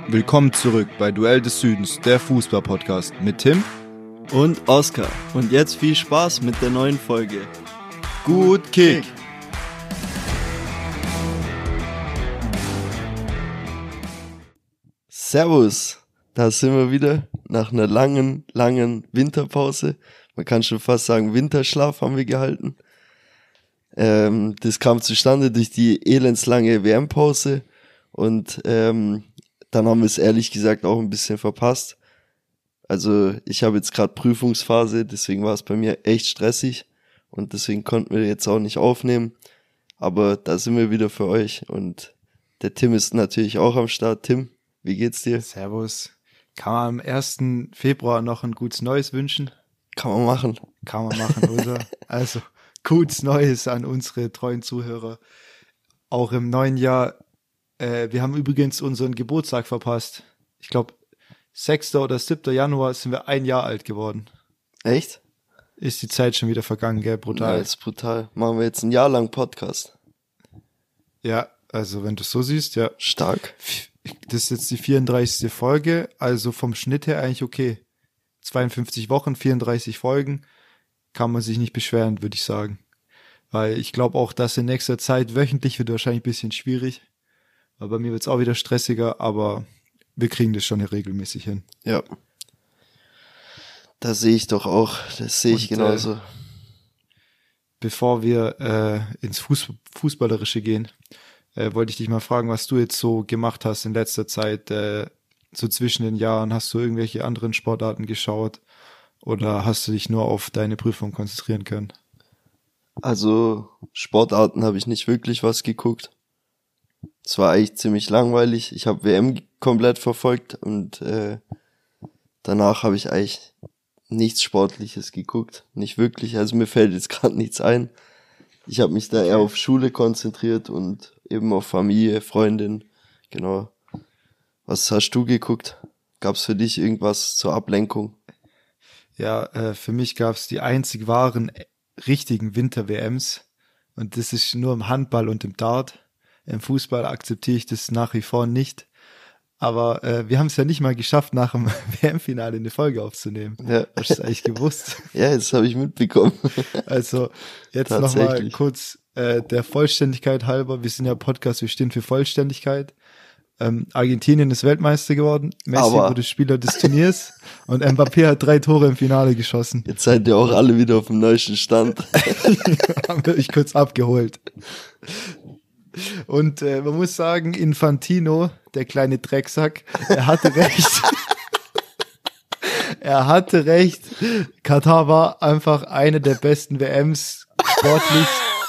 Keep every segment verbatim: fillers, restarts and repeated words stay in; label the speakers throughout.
Speaker 1: Willkommen zurück bei Duell des Südens, der Fußball-Podcast mit Tim
Speaker 2: und Oskar. Und jetzt viel Spaß mit der neuen Folge.
Speaker 1: Gut Kick!
Speaker 2: Servus, da sind wir wieder nach einer langen, langen Winterpause. Man kann schon fast sagen, Winterschlaf haben wir gehalten. Ähm, das kam zustande durch die elendslange W M-Pause und ähm, dann haben wir es ehrlich gesagt auch ein bisschen verpasst. Also ich habe jetzt gerade Prüfungsphase, deswegen war es bei mir echt stressig und deswegen konnten wir jetzt auch nicht aufnehmen. Aber da sind wir wieder für euch und der Tim ist natürlich auch am Start. Tim, wie geht's dir?
Speaker 1: Servus. Kann man am ersten Februar noch ein gutes Neues wünschen?
Speaker 2: Kann man machen.
Speaker 1: Kann man machen, oder? Also gutes Neues an unsere treuen Zuhörer. Auch im neuen Jahr. Äh, wir haben übrigens unseren Geburtstag verpasst. Ich glaube, sechster oder siebter Januar sind wir ein Jahr alt geworden.
Speaker 2: Echt?
Speaker 1: Ist die Zeit schon wieder vergangen, gell? Brutal.
Speaker 2: Ja, ist brutal. Machen wir jetzt ein Jahr lang Podcast.
Speaker 1: Ja, also wenn du es so siehst, ja.
Speaker 2: Stark.
Speaker 1: Das ist jetzt die vierunddreißigste Folge, also vom Schnitt her eigentlich okay. zweiundfünfzig Wochen, vierunddreißig Folgen, kann man sich nicht beschweren, würde ich sagen. Weil ich glaube auch, dass in nächster Zeit wöchentlich wird wahrscheinlich ein bisschen schwierig. Weil bei mir wird es auch wieder stressiger, aber wir kriegen das schon regelmäßig hin.
Speaker 2: Ja. Das sehe ich doch auch, das sehe ich
Speaker 1: Und,
Speaker 2: genauso.
Speaker 1: Äh, bevor wir äh, ins Fuß- Fußballerische gehen, äh, wollte ich dich mal fragen, was du jetzt so gemacht hast in letzter Zeit, äh, so zwischen den Jahren. Hast du irgendwelche anderen Sportarten geschaut oder hast du dich nur auf deine Prüfung konzentrieren können?
Speaker 2: Also Sportarten habe ich nicht wirklich was geguckt. Es war eigentlich ziemlich langweilig. Ich habe W M komplett verfolgt und äh, danach habe ich eigentlich nichts Sportliches geguckt. Nicht wirklich, also mir fällt jetzt gerade nichts ein. Ich habe mich da eher auf Schule konzentriert und eben auf Familie, Freundin, genau. Was hast du geguckt? Gab's für dich irgendwas zur Ablenkung?
Speaker 1: Ja, äh, für mich gab's die einzig wahren, äh, richtigen Winter-W Ms und das ist nur im Handball und im Dart. Im Fußball akzeptiere ich das nach wie vor nicht. Aber äh, wir haben es ja nicht mal geschafft, nach dem W M-Finale eine Folge aufzunehmen.
Speaker 2: Ja.
Speaker 1: Hast du das eigentlich gewusst?
Speaker 2: Ja, das habe ich mitbekommen.
Speaker 1: Also jetzt nochmal kurz äh, der Vollständigkeit halber. Wir sind ja Podcast, wir stehen für Vollständigkeit. Ähm, Argentinien ist Weltmeister geworden. Messi
Speaker 2: Aber
Speaker 1: wurde Spieler des Turniers und Mbappé hat drei Tore im Finale geschossen.
Speaker 2: Jetzt seid ihr auch alle wieder auf dem neuesten Stand.
Speaker 1: Haben wir euch kurz abgeholt. Und äh, man muss sagen, Infantino, der kleine Drecksack, er hatte recht. Er hatte recht. Katar war einfach eine der besten W Ms sportlich.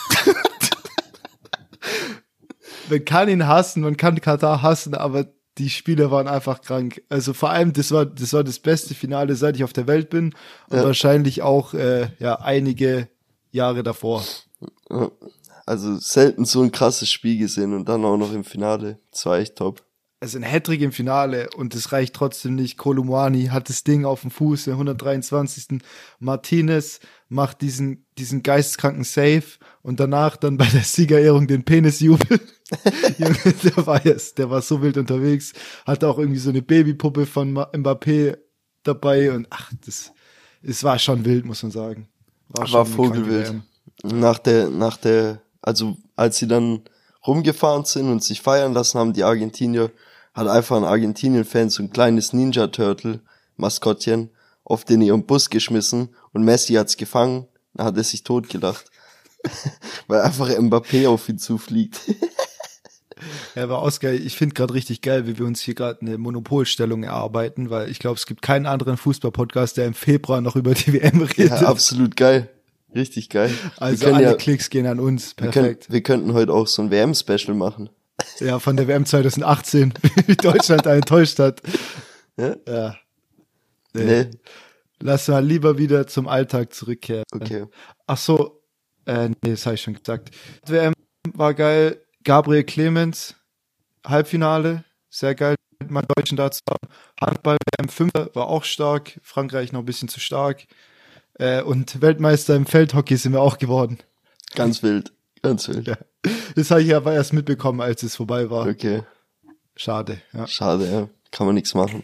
Speaker 1: Man kann ihn hassen, man kann Katar hassen, aber die Spieler waren einfach krank. Also vor allem, das war das war das beste Finale, seit ich auf der Welt bin und ja. wahrscheinlich auch äh, ja einige Jahre davor.
Speaker 2: Ja. Also selten so ein krasses Spiel gesehen und dann auch noch im Finale. Das war echt top.
Speaker 1: Also ein Hattrick im Finale und das reicht trotzdem nicht. Kolo Muani hat das Ding auf dem Fuß, der hundertdreiundzwanzigsten Martinez macht diesen diesen geisteskranken Save und danach dann bei der Siegerehrung den Penisjubel. Junge, der war jetzt, der war so wild unterwegs. Hatte auch irgendwie so eine Babypuppe von Mbappé dabei und ach, das es war schon wild, muss man sagen.
Speaker 2: War, schon war vogelwild. Nach der nach der Also als sie dann rumgefahren sind und sich feiern lassen haben, die Argentinier, hat einfach ein Argentinien-Fan so ein kleines Ninja-Turtle-Maskottchen auf den ihren Bus geschmissen und Messi hat's gefangen, dann hat er sich totgelacht. Weil einfach Mbappé auf ihn zufliegt.
Speaker 1: Ja, aber Oskar, ich finde gerade richtig geil, wie wir uns hier gerade eine Monopolstellung erarbeiten, weil ich glaube, es gibt keinen anderen Fußball-Podcast, der im Februar noch über die W M redet.
Speaker 2: Ja, absolut geil. Richtig geil.
Speaker 1: Also alle ja, Klicks gehen an uns. Perfekt.
Speaker 2: Wir, können, wir könnten heute auch so ein W M-Special machen.
Speaker 1: Ja, von der W M zwanzig achtzehn, wie Deutschland einen enttäuscht hat.
Speaker 2: Ja?
Speaker 1: Ja. Nee. nee. Lass mal lieber wieder zum Alltag zurückkehren.
Speaker 2: Okay.
Speaker 1: Ach so, äh, nee, das habe ich schon gesagt. W M war geil. Gabriel Clemens, Halbfinale, sehr geil, mit meinen Deutschen dazu. Handball W M fünf war auch stark. Frankreich noch ein bisschen zu stark. Und Weltmeister im Feldhockey sind wir auch geworden.
Speaker 2: Ganz wild, ganz wild.
Speaker 1: Ja. Das habe ich aber erst mitbekommen, als es vorbei war.
Speaker 2: Okay.
Speaker 1: Schade, ja.
Speaker 2: Schade, ja. kann man nichts machen.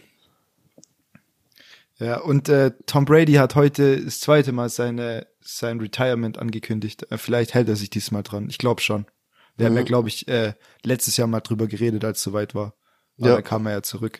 Speaker 1: Ja, und äh, Tom Brady hat heute das zweite Mal seine sein Retirement angekündigt. Äh, vielleicht hält er sich diesmal dran. Ich glaube schon. Wir mhm. haben ja, glaube ich, äh, letztes Jahr mal drüber geredet, als es soweit war. Aber ja. Dann kam er ja zurück.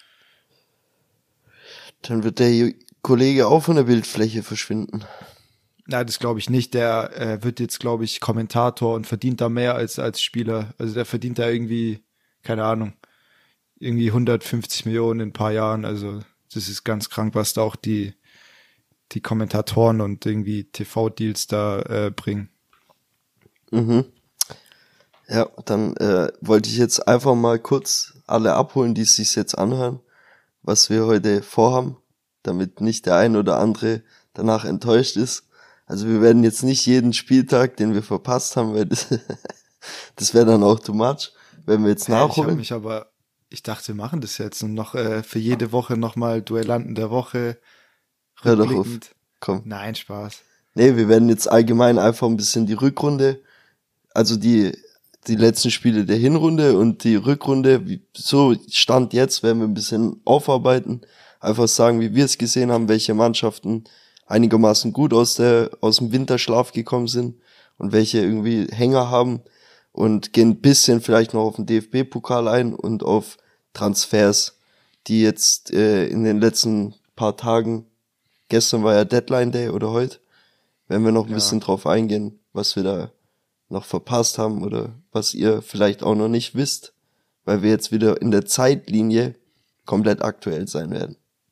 Speaker 2: Dann wird der Kollege auch von der Bildfläche verschwinden.
Speaker 1: Nein, das glaube ich nicht. Der äh, wird jetzt, glaube ich, Kommentator und verdient da mehr als als Spieler. Also der verdient da irgendwie, keine Ahnung, irgendwie hundertfünfzig Millionen in ein paar Jahren. Also das ist ganz krank, was da auch die die Kommentatoren und irgendwie T V-Deals da äh, bringen.
Speaker 2: Mhm. Ja, dann äh, wollte ich jetzt einfach mal kurz alle abholen, die es sich jetzt anhören, was wir heute vorhaben, damit nicht der ein oder andere danach enttäuscht ist. Also wir werden jetzt nicht jeden Spieltag, den wir verpasst haben, weil das, das wäre dann auch too much, wenn wir jetzt nachholen.
Speaker 1: Ich habe mich aber, ich dachte, wir machen das jetzt und noch äh, für jede Woche nochmal Duellanten der Woche.
Speaker 2: Hör doch auf, komm.
Speaker 1: Nein, Spaß.
Speaker 2: Nee, wir werden jetzt allgemein einfach ein bisschen die Rückrunde, also die die letzten Spiele der Hinrunde und die Rückrunde, wie, so Stand jetzt, werden wir ein bisschen aufarbeiten, einfach sagen, wie wir es gesehen haben, welche Mannschaften einigermaßen gut aus der aus dem Winterschlaf gekommen sind und welche irgendwie Hänger haben und gehen ein bisschen vielleicht noch auf den D F B-Pokal ein und auf Transfers, die jetzt äh, in den letzten paar Tagen, gestern war ja Deadline Day oder heute, werden wir noch ein ja. bisschen drauf eingehen, was wir da noch verpasst haben oder was ihr vielleicht auch noch nicht wisst, weil wir jetzt wieder in der Zeitlinie komplett aktuell sein werden.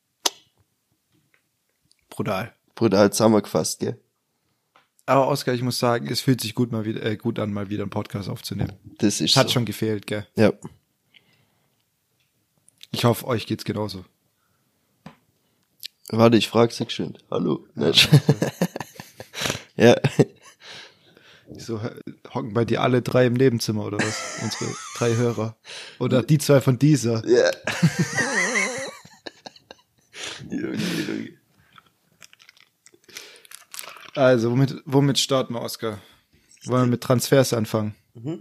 Speaker 1: Brutal.
Speaker 2: Brutal zusammengefasst, gell?
Speaker 1: Aber Oskar, ich muss sagen, es fühlt sich gut mal wieder äh, gut an, mal wieder einen Podcast aufzunehmen.
Speaker 2: Das ist
Speaker 1: Hat
Speaker 2: so.
Speaker 1: schon gefehlt, gell?
Speaker 2: Ja.
Speaker 1: Ich hoffe, euch geht's genauso.
Speaker 2: Warte, ich frag sich schön. Hallo? Ja. ja.
Speaker 1: So hocken bei dir alle drei im Nebenzimmer oder was? Unsere drei Hörer. Oder die zwei von dieser.
Speaker 2: Ja. Junge, Junge.
Speaker 1: Also, womit, womit starten wir, Oskar? Wollen wir mit Transfers anfangen?
Speaker 2: Mhm.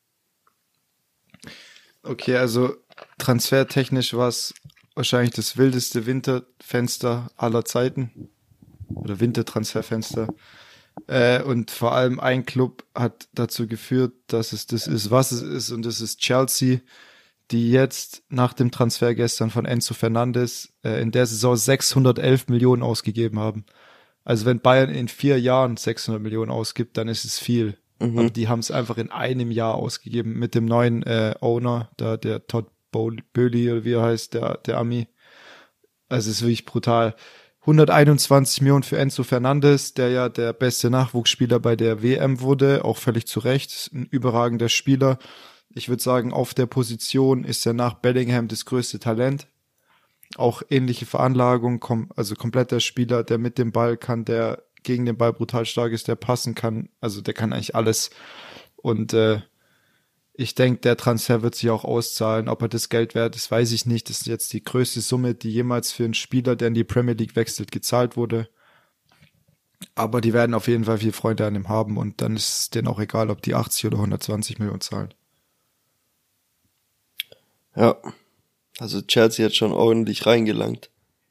Speaker 1: Okay, also transfertechnisch war es wahrscheinlich das wildeste Winterfenster aller Zeiten. Oder Wintertransferfenster. Äh, und vor allem ein Club hat dazu geführt, dass es das ist, was es ist, und das ist Chelsea, die jetzt nach dem Transfer gestern von Enzo Fernandes äh, in der Saison sechshundertelf Millionen ausgegeben haben. Also wenn Bayern in vier Jahren sechshundert Millionen ausgibt, dann ist es viel. Mhm. Aber die haben es einfach in einem Jahr ausgegeben mit dem neuen äh, Owner, da der Todd Boehly oder wie er heißt, der der Ami. Also es ist wirklich brutal. hunderteinundzwanzig Millionen für Enzo Fernandes, der ja der beste Nachwuchsspieler bei der W M wurde, auch völlig zu Recht, ein überragender Spieler. Ich würde sagen, auf der Position ist er nach Bellingham das größte Talent. Auch ähnliche Veranlagung, kom- also kompletter Spieler, der mit dem Ball kann, der gegen den Ball brutal stark ist, der passen kann, also der kann eigentlich alles. Und äh, ich denke, der Transfer wird sich auch auszahlen. Ob er das Geld wert ist, weiß ich nicht. Das ist jetzt die größte Summe, die jemals für einen Spieler, der in die Premier League wechselt, gezahlt wurde. Aber die werden auf jeden Fall viel Freude an ihm haben und dann ist es denen auch egal, ob die achtzig oder hundertzwanzig Millionen zahlen.
Speaker 2: Ja, also Chelsea hat schon ordentlich reingelangt.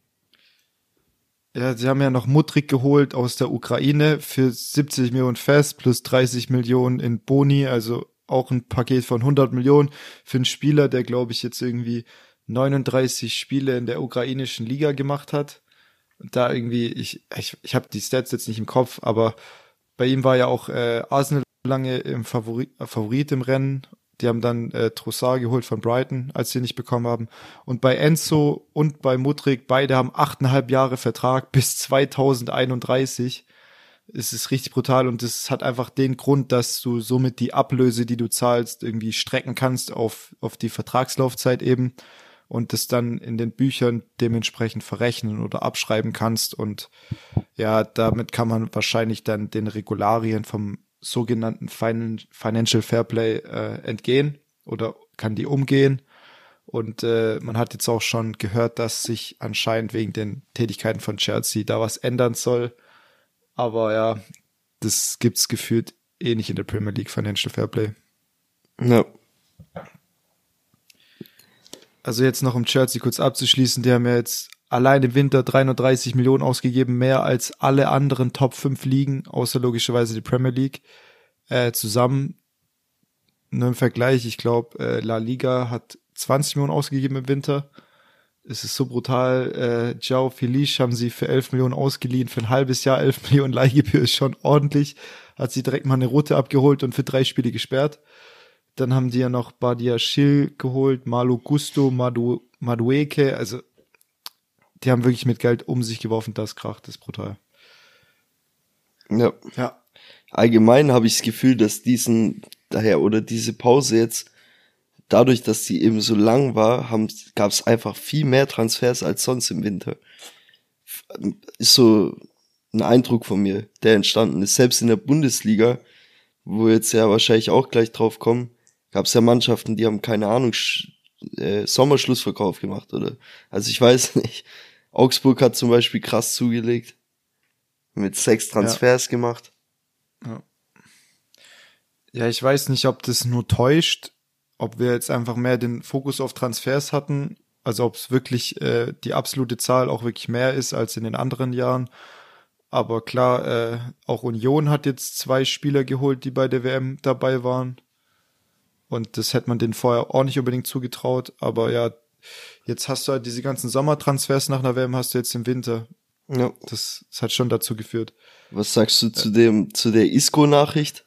Speaker 1: Ja, sie haben ja noch Mudryk geholt aus der Ukraine für siebzig Millionen fest plus dreißig Millionen in Boni, also auch ein Paket von hundert Millionen für einen Spieler, der, glaube ich, jetzt irgendwie neununddreißig Spiele in der ukrainischen Liga gemacht hat. Und da irgendwie, ich ich, ich habe die Stats jetzt nicht im Kopf, aber bei ihm war ja auch äh, Arsenal lange im Favorit, Favorit im Rennen. Die haben dann äh, Trossard geholt von Brighton, als sie ihn nicht bekommen haben. Und bei Enzo und bei Mudryk, beide haben achteinhalb Jahre Vertrag bis zweitausendeinunddreißig. Es ist richtig brutal und das hat einfach den Grund, dass du somit die Ablöse, die du zahlst, irgendwie strecken kannst auf auf die Vertragslaufzeit eben und das dann in den Büchern dementsprechend verrechnen oder abschreiben kannst. Und ja, damit kann man wahrscheinlich dann den Regularien vom sogenannten Financial Fairplay äh, entgehen oder kann die umgehen. Und äh, man hat jetzt auch schon gehört, dass sich anscheinend wegen den Tätigkeiten von Chelsea da was ändern soll. Aber ja, das gibt's gefühlt eh nicht in der Premier League, Financial Fairplay.
Speaker 2: Ja.
Speaker 1: Also jetzt noch um Chelsea kurz abzuschließen, die haben ja jetzt allein im Winter dreihundertdreißig Millionen ausgegeben, mehr als alle anderen Top fünf Ligen, außer logischerweise die Premier League, äh, zusammen. Nur im Vergleich, ich glaube, äh, La Liga hat zwanzig Millionen ausgegeben im Winter. Es ist so brutal. Äh, João Félix haben sie für elf Millionen ausgeliehen, für ein halbes Jahr elf Millionen Leihgebühr ist schon ordentlich. Hat sie direkt mal eine Rote abgeholt und für drei Spiele gesperrt. Dann haben die ja noch Badiashile geholt, Malo Gusto, Madu, Madueke, also die haben wirklich mit Geld um sich geworfen, das kracht, das ist brutal.
Speaker 2: Ja.
Speaker 1: Ja.
Speaker 2: Allgemein habe ich das Gefühl, dass diesen, daher, oder diese Pause jetzt, dadurch, dass die eben so lang war, gab es einfach viel mehr Transfers als sonst im Winter. Ist so ein Eindruck von mir, der entstanden ist. Selbst in der Bundesliga, wo wir jetzt ja wahrscheinlich auch gleich drauf kommen, gab es ja Mannschaften, die haben, keine Ahnung, Sch- äh, Sommerschlussverkauf gemacht, oder? Also ich weiß nicht. Augsburg hat zum Beispiel krass zugelegt. Mit sechs Transfers ja. gemacht.
Speaker 1: Ja. ja, ich weiß nicht, ob das nur täuscht, ob wir jetzt einfach mehr den Fokus auf Transfers hatten, also ob es wirklich äh, die absolute Zahl auch wirklich mehr ist als in den anderen Jahren. Aber klar, äh, auch Union hat jetzt zwei Spieler geholt, die bei der W M dabei waren. Und das hätte man denen vorher auch nicht unbedingt zugetraut. Aber ja, jetzt hast du halt diese ganzen Sommertransfers nach einer W M, hast du jetzt im Winter.
Speaker 2: Ja.
Speaker 1: Das, das hat schon dazu geführt.
Speaker 2: Was sagst du zu dem, zu der Isco-Nachricht?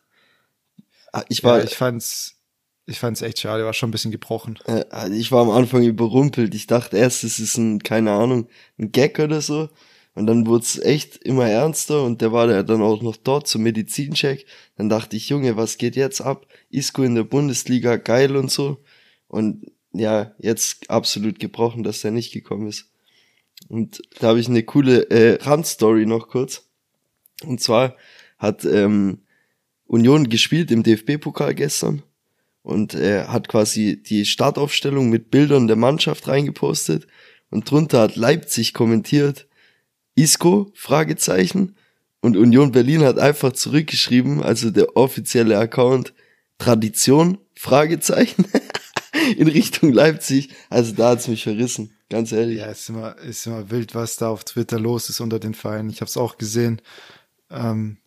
Speaker 2: Ich war,
Speaker 1: ja, ich fand's, ich fand's echt schade, war schon ein bisschen gebrochen.
Speaker 2: Äh, ich war am Anfang überrumpelt. Ich dachte erst, es ist ein, keine Ahnung, ein Gag oder so. Und dann wurde es echt immer ernster und der war ja dann auch noch dort zum Medizincheck. Dann dachte ich, Junge, was geht jetzt ab? Isco in der Bundesliga, geil und so. Und ja, jetzt absolut gebrochen, dass der nicht gekommen ist. Und da habe ich eine coole äh, Randstory noch kurz. Und zwar hat ähm, Union gespielt im D F B-Pokal gestern und äh, hat quasi die Startaufstellung mit Bildern der Mannschaft reingepostet. Und drunter hat Leipzig kommentiert, Isco, Fragezeichen, und Union Berlin hat einfach zurückgeschrieben, also der offizielle Account, Tradition, Fragezeichen, in Richtung Leipzig. Also da hat's mich verrissen, ganz ehrlich.
Speaker 1: Ja, ist immer, ist immer wild, was da auf Twitter los ist unter den Vereinen. Ich habe es auch gesehen. Ähm,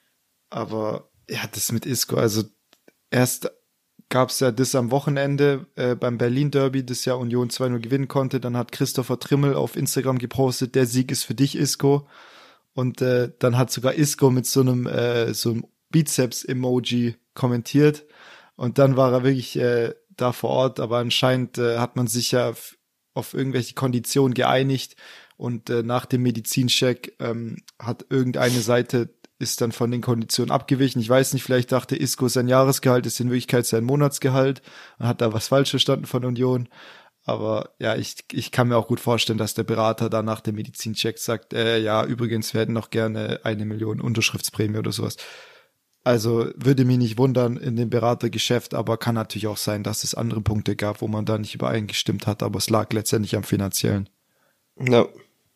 Speaker 1: aber ja, das mit Isco, also erst gab's ja das am Wochenende äh, beim Berlin-Derby, das ja Union zwei null gewinnen konnte. Dann hat Christopher Trimmel auf Instagram gepostet, der Sieg ist für dich, Isco. Und äh, dann hat sogar Isco mit so einem äh, so einem Bizeps-Emoji kommentiert. Und dann war er wirklich äh, da vor Ort, aber anscheinend äh, hat man sich ja f- auf irgendwelche Konditionen geeinigt. Und äh, nach dem Medizincheck ähm, hat irgendeine Seite ist dann von den Konditionen abgewichen. Ich weiß nicht, vielleicht dachte Isco, sein Jahresgehalt ist in Wirklichkeit sein Monatsgehalt. Man hat da was falsch verstanden von Union. Aber ja, ich, ich kann mir auch gut vorstellen, dass der Berater da nach dem Medizincheck sagt, äh, ja, übrigens, wir hätten noch gerne eine Million Unterschriftsprämie oder sowas. Also würde mich nicht wundern in dem Beratergeschäft, aber kann natürlich auch sein, dass es andere Punkte gab, wo man da nicht übereingestimmt hat, aber es lag letztendlich am Finanziellen.
Speaker 2: Ja.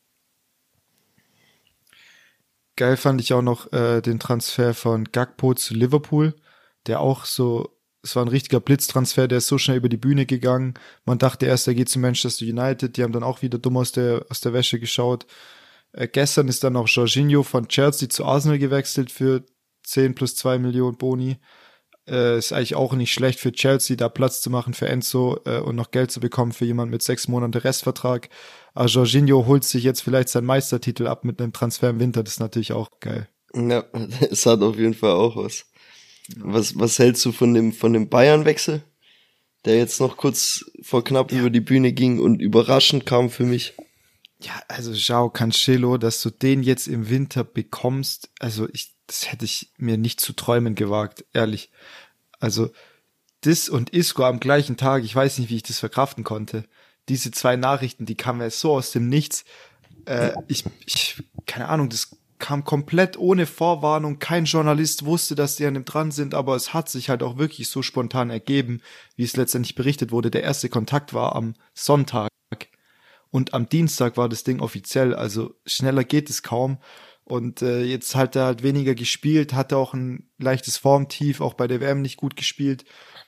Speaker 1: Geil fand ich auch noch äh, den Transfer von Gakpo zu Liverpool, der auch so, es war ein richtiger Blitztransfer, der ist so schnell über die Bühne gegangen. Man dachte erst, er geht zu Manchester United, die haben dann auch wieder dumm aus der, aus der Wäsche geschaut. Äh, gestern ist dann noch Jorginho von Chelsea zu Arsenal gewechselt für zehn plus zwei Millionen Boni. Äh, ist eigentlich auch nicht schlecht für Chelsea, da Platz zu machen für Enzo äh, und noch Geld zu bekommen für jemanden mit sechs Monate Restvertrag. Aber Jorginho holt sich jetzt vielleicht seinen Meistertitel ab mit einem Transfer im Winter, das ist natürlich auch geil.
Speaker 2: Ja, es hat auf jeden Fall auch was. Was, was hältst du von dem, von dem Bayern-Wechsel, der jetzt noch kurz vor knapp ja. über die Bühne ging und überraschend kam für mich?
Speaker 1: Ja, also João Cancelo, dass du den jetzt im Winter bekommst, also ich, das hätte ich mir nicht zu träumen gewagt, ehrlich. Also das und Isco am gleichen Tag, ich weiß nicht, wie ich das verkraften konnte. Diese zwei Nachrichten, die kamen ja so aus dem Nichts. Äh, ich, ich, keine Ahnung, das kam komplett ohne Vorwarnung. Kein Journalist wusste, dass die an dem dran sind, aber es hat sich halt auch wirklich so spontan ergeben, wie es letztendlich berichtet wurde. Der erste Kontakt war am Sonntag und am Dienstag war das Ding offiziell. Also schneller geht es kaum. Und äh, jetzt hat er halt weniger gespielt, hatte auch ein leichtes Formtief, auch bei der W M nicht gut gespielt.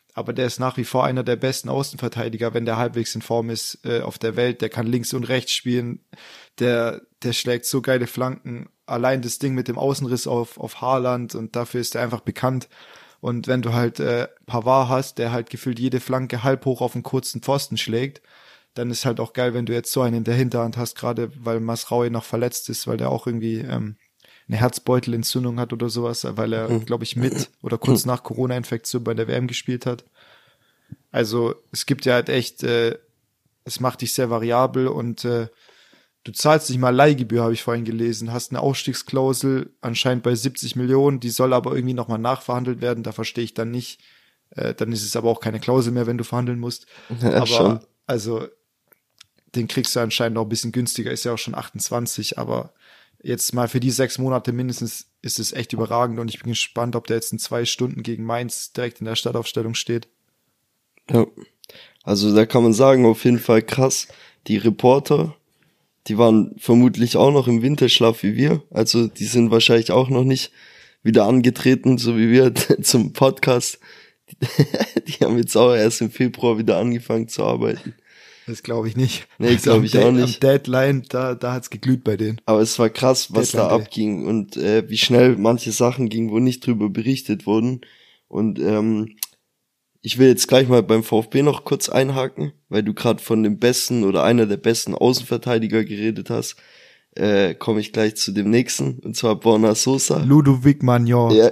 Speaker 1: aber der ist nach wie vor einer der besten Außenverteidiger, wenn der halbwegs in Form ist, äh, auf der Welt. Der kann links und rechts spielen, der, der schlägt so geile Flanken. Allein das Ding mit dem Außenriss auf, auf Haaland, und dafür ist er einfach bekannt. Und wenn du halt äh, Pavard hast, der halt gefühlt jede Flanke halb hoch auf einen kurzen Pfosten schlägt, dann ist halt auch geil, wenn du jetzt so einen in der Hinterhand hast, gerade weil Masraoui noch verletzt ist, weil der auch irgendwie ähm, eine Herzbeutelentzündung hat oder sowas, weil er, mhm. glaube ich, mit oder kurz nach Corona-Infektion bei der W M gespielt hat. Also es gibt ja halt echt, äh, es macht dich sehr variabel, und äh, du zahlst nicht mal Leihgebühr, habe ich vorhin gelesen, hast eine Ausstiegsklausel anscheinend bei siebzig Millionen, die soll aber irgendwie nochmal nachverhandelt werden, da verstehe ich dann nicht. Äh, dann ist es aber auch keine Klausel mehr, wenn du verhandeln musst. Ja, aber schon. Also den kriegst du anscheinend noch ein bisschen günstiger, ist ja auch schon achtundzwanzig, aber jetzt mal für die sechs Monate mindestens ist es echt überragend, und ich bin gespannt, ob der jetzt in zwei Stunden gegen Mainz direkt in der Startaufstellung steht.
Speaker 2: Ja, also da kann man sagen, auf jeden Fall krass. Die Reporter, die waren vermutlich auch noch im Winterschlaf wie wir, also die sind wahrscheinlich auch noch nicht wieder angetreten, so wie wir zum Podcast. Die haben jetzt auch erst im Februar wieder angefangen zu arbeiten.
Speaker 1: Das glaube ich nicht.
Speaker 2: Nee, also glaube ich auch nicht.
Speaker 1: Am Deadline, da, da hat's geglüht bei denen.
Speaker 2: Aber es war krass, was Deadline da Day. abging, und äh, wie schnell manche Sachen gingen, wo nicht drüber berichtet wurden. Und ähm, ich will jetzt gleich mal beim VfB noch kurz einhaken, weil du gerade von dem besten oder einer der besten Außenverteidiger geredet hast. Äh, komme ich gleich zu dem nächsten, und zwar Borna Sosa.
Speaker 1: Ludovic Magnon. Ja.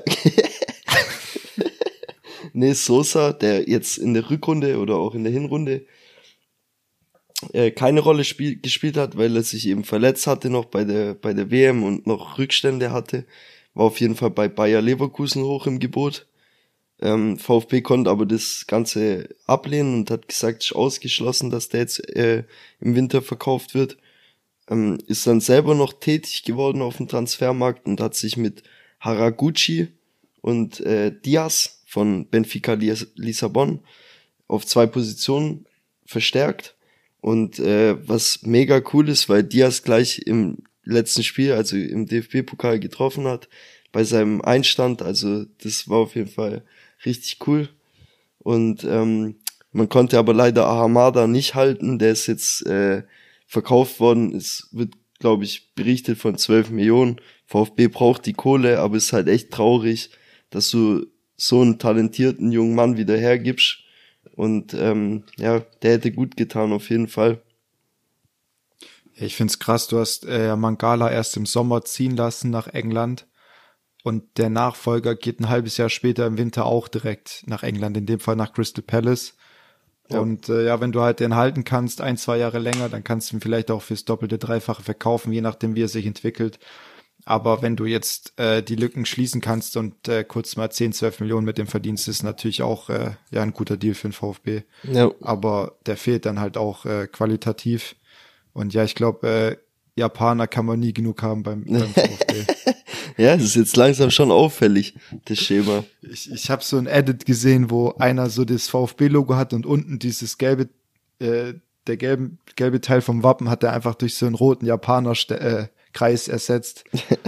Speaker 2: Nee, Sosa, der jetzt in der Rückrunde oder auch in der Hinrunde äh, keine Rolle spiel- gespielt hat, weil er sich eben verletzt hatte noch bei der bei der W M und noch Rückstände hatte, war auf jeden Fall bei Bayer Leverkusen hoch im Gebot. Ähm, VfB konnte aber das Ganze ablehnen und hat gesagt, ist ausgeschlossen, dass der jetzt äh, im Winter verkauft wird. Ähm, ist dann selber noch tätig geworden auf dem Transfermarkt und hat sich mit Haraguchi und äh, Diaz von Benfica Lissabon auf zwei Positionen verstärkt. Und äh, was mega cool ist, weil Diaz gleich im letzten Spiel, also im D F B-Pokal getroffen hat, bei seinem Einstand, also das war auf jeden Fall richtig cool. Und ähm, man konnte aber leider Ahamada nicht halten, der ist jetzt äh, verkauft worden, es wird, glaube ich, berichtet von zwölf Millionen. VfB braucht die Kohle, aber es ist halt echt traurig, dass du so einen talentierten jungen Mann wieder hergibst. Und ähm, ja, der hätte gut getan, auf jeden Fall.
Speaker 1: Ich find's krass, du hast äh, Mangala erst im Sommer ziehen lassen nach England, und der Nachfolger geht ein halbes Jahr später im Winter auch direkt nach England, in dem Fall nach Crystal Palace. Ja. Und äh, ja, wenn du halt den halten kannst, ein, zwei Jahre länger, dann kannst du ihn vielleicht auch fürs Doppelte, Dreifache verkaufen, je nachdem, wie er sich entwickelt. Aber wenn du jetzt äh, die Lücken schließen kannst und äh, kurz mal zehn, zwölf Millionen mit dem verdienst, ist natürlich auch äh, ja ein guter Deal für den VfB.
Speaker 2: Ja.
Speaker 1: Aber der fehlt dann halt auch äh, qualitativ. Und ja, ich glaube, äh, Japaner kann man nie genug haben beim, beim VfB.
Speaker 2: Ja, das ist jetzt langsam schon auffällig, das Schema.
Speaker 1: Ich, ich habe so ein Edit gesehen, wo einer so das VfB-Logo hat und unten dieses gelbe, äh, der gelbe, gelbe Teil vom Wappen hat er einfach durch so einen roten Japaner äh, Kreis ersetzt.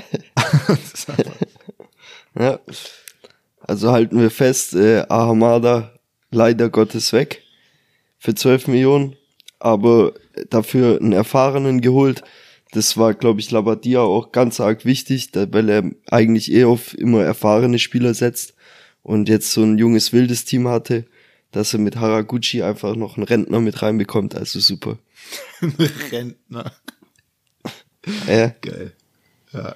Speaker 2: Ja, also halten wir fest, äh, Ahamada leider Gottes weg für zwölf Millionen, aber dafür einen Erfahrenen geholt. Das war, glaube ich, Labadia auch ganz arg wichtig, da, weil er eigentlich eh auf immer erfahrene Spieler setzt und jetzt so ein junges, wildes Team hatte, dass er mit Haraguchi einfach noch einen Rentner mit reinbekommt, also super.
Speaker 1: Rentner.
Speaker 2: Ja.
Speaker 1: Geil. Ja.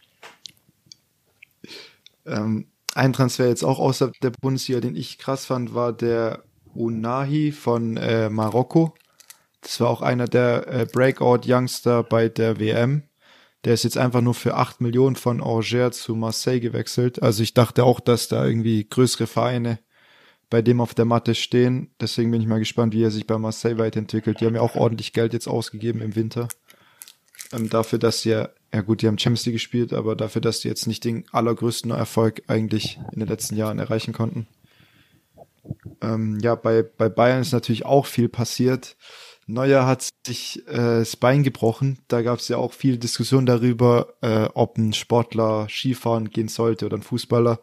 Speaker 1: Ähm, ein Transfer jetzt auch außerhalb der Bundesliga, den ich krass fand, war der Unahi von äh, Marokko. Das war auch einer der äh, Breakout-Youngster bei der W M. Der ist jetzt einfach nur für acht Millionen von Angers zu Marseille gewechselt. Also ich dachte auch, dass da irgendwie größere Vereine bei dem auf der Matte stehen. Deswegen bin ich mal gespannt, wie er sich bei Marseille weiterentwickelt. Die haben ja auch ordentlich Geld jetzt ausgegeben im Winter. Ähm, dafür, dass sie ja, ja gut, die haben Champions League gespielt, aber dafür, dass die jetzt nicht den allergrößten Erfolg eigentlich in den letzten Jahren erreichen konnten. Ähm, ja, bei, bei Bayern ist natürlich auch viel passiert. Neuer hat sich äh, das Bein gebrochen. Da gab es ja auch viel Diskussion darüber, äh, ob ein Sportler Skifahren gehen sollte oder ein Fußballer.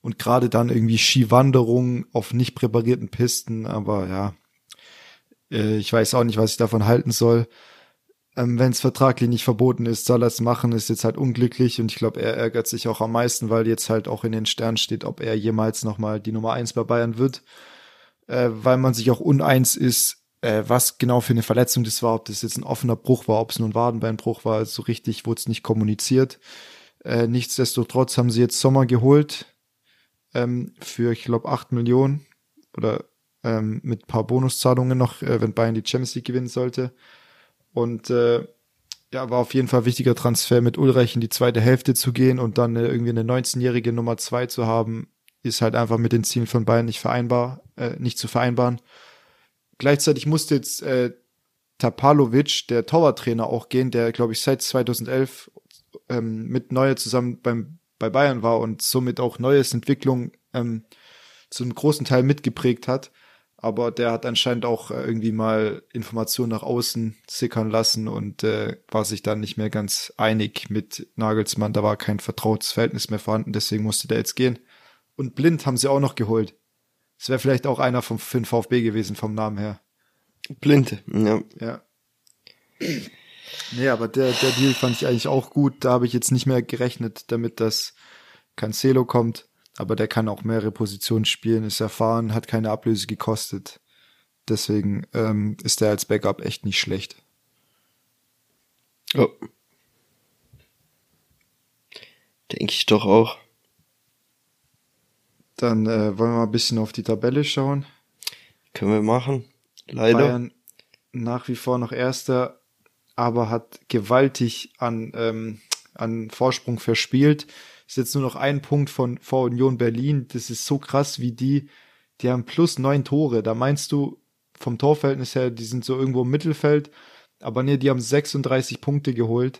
Speaker 1: und gerade dann irgendwie Skiwanderung auf nicht präparierten Pisten, aber ja, äh, ich weiß auch nicht, was ich davon halten soll. Ähm, wenn es vertraglich nicht verboten ist, soll er es machen, ist jetzt halt unglücklich und ich glaube, er ärgert sich auch am meisten, weil jetzt halt auch in den Sternen steht, ob er jemals nochmal die Nummer eins bei Bayern wird, äh, weil man sich auch uneins ist, äh, was genau für eine Verletzung das war, ob das jetzt ein offener Bruch war, ob es nur ein Wadenbeinbruch war, so richtig wurde es nicht kommuniziert. Äh, nichtsdestotrotz haben sie jetzt Sommer geholt ähm, für, ich glaube, acht Millionen oder ähm, mit ein paar Bonuszahlungen noch, äh, wenn Bayern die Champions League gewinnen sollte. Und äh, ja, war auf jeden Fall ein wichtiger Transfer, mit Ulreich in die zweite Hälfte zu gehen und dann äh, irgendwie eine neunzehnjährige Nummer zwei zu haben, ist halt einfach mit den Zielen von Bayern nicht vereinbar, äh, nicht zu vereinbaren. Gleichzeitig musste jetzt äh, Tapalovic, der Torwarttrainer, auch gehen, der, glaube ich, seit zweitausendelf ähm, mit Neuer zusammen beim bei Bayern war und somit auch Neues Entwicklung ähm, zu einem großen Teil mitgeprägt hat. Aber der hat anscheinend auch äh, irgendwie mal Informationen nach außen sickern lassen und äh, war sich dann nicht mehr ganz einig mit Nagelsmann. Da war kein vertrautes Verhältnis mehr vorhanden, deswegen musste der jetzt gehen. Und Blind haben sie auch noch geholt. Das wäre vielleicht auch einer vom für den VfB gewesen, vom Namen her.
Speaker 2: Blind, ja.
Speaker 1: Ja. Nee, aber der, der Deal fand ich eigentlich auch gut. Da habe ich jetzt nicht mehr gerechnet, damit das Cancelo kommt. Aber der kann auch mehrere Positionen spielen, ist erfahren, hat keine Ablöse gekostet. Deswegen ähm, ist der als Backup echt nicht schlecht.
Speaker 2: Oh. Denke ich doch auch.
Speaker 1: Dann äh, wollen wir mal ein bisschen auf die Tabelle schauen.
Speaker 2: Können wir machen. Leider.
Speaker 1: Bayern nach wie vor noch Erster, aber hat gewaltig an, ähm, an Vorsprung verspielt. Ist jetzt nur noch ein Punkt von vor Union Berlin. Das ist so krass, wie die, die haben plus neun Tore. Da meinst du vom Torverhältnis her, die sind so irgendwo im Mittelfeld. Aber nee, die haben sechsunddreißig Punkte geholt.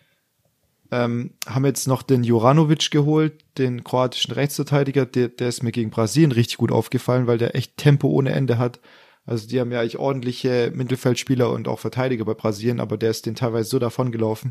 Speaker 1: Ähm, haben jetzt noch den Juranovic geholt, den kroatischen Rechtsverteidiger. Der, der ist mir gegen Brasilien richtig gut aufgefallen, weil der echt Tempo ohne Ende hat. Also die haben ja eigentlich ordentliche Mittelfeldspieler und auch Verteidiger bei Brasilien, aber der ist denen teilweise so davongelaufen.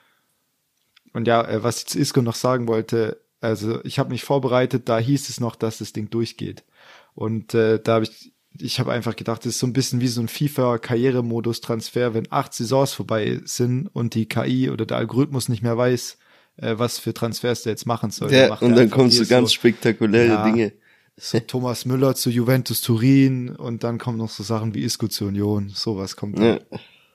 Speaker 1: Und ja, äh, was ich zu Isco noch sagen wollte, also ich habe mich vorbereitet, da hieß es noch, dass das Ding durchgeht. Und äh, da habe ich, ich habe einfach gedacht, das ist so ein bisschen wie so ein FIFA-Karrieremodus-Transfer, wenn acht Saisons vorbei sind und die K I oder der Algorithmus nicht mehr weiß, äh, was für Transfers der jetzt machen soll.
Speaker 2: Ja, und dann kommen so ganz
Speaker 1: so,
Speaker 2: spektakuläre
Speaker 1: ja,
Speaker 2: Dinge.
Speaker 1: So Thomas Müller zu Juventus Turin und dann kommen noch so Sachen wie Isco zur Union, sowas kommt dann.
Speaker 2: Ja.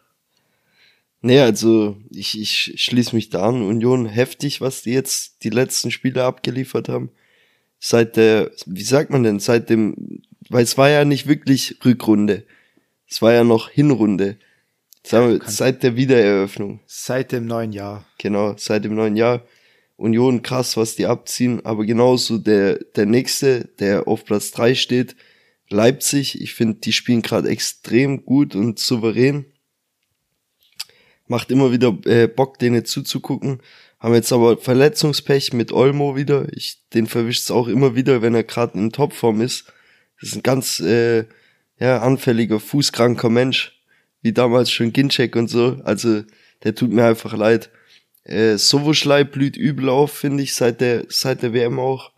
Speaker 2: Nee, also ich, ich schließe mich da an. Union heftig, was die jetzt die letzten Spiele abgeliefert haben. Seit der, wie sagt man denn, seit dem, weil es war ja nicht wirklich Rückrunde. Es war ja noch Hinrunde. Sagen wir, seit der Wiedereröffnung.
Speaker 1: Seit dem neuen Jahr.
Speaker 2: Genau, seit dem neuen Jahr. Union krass, was die abziehen, aber genauso der, der nächste, der auf Platz drei steht, Leipzig. Ich finde, die spielen gerade extrem gut und souverän. Macht immer wieder äh, Bock, denen zuzugucken. Haben jetzt aber Verletzungspech mit Olmo wieder. Ich, den verwischt es auch immer wieder, wenn er gerade in Topform ist. Das ist ein ganz äh, ja, anfälliger, fußkranker Mensch, wie damals schon Ginczek und so. Also der tut mir einfach leid. Äh, Soboschlei blüht übel auf, finde ich, seit der seit der W M auch.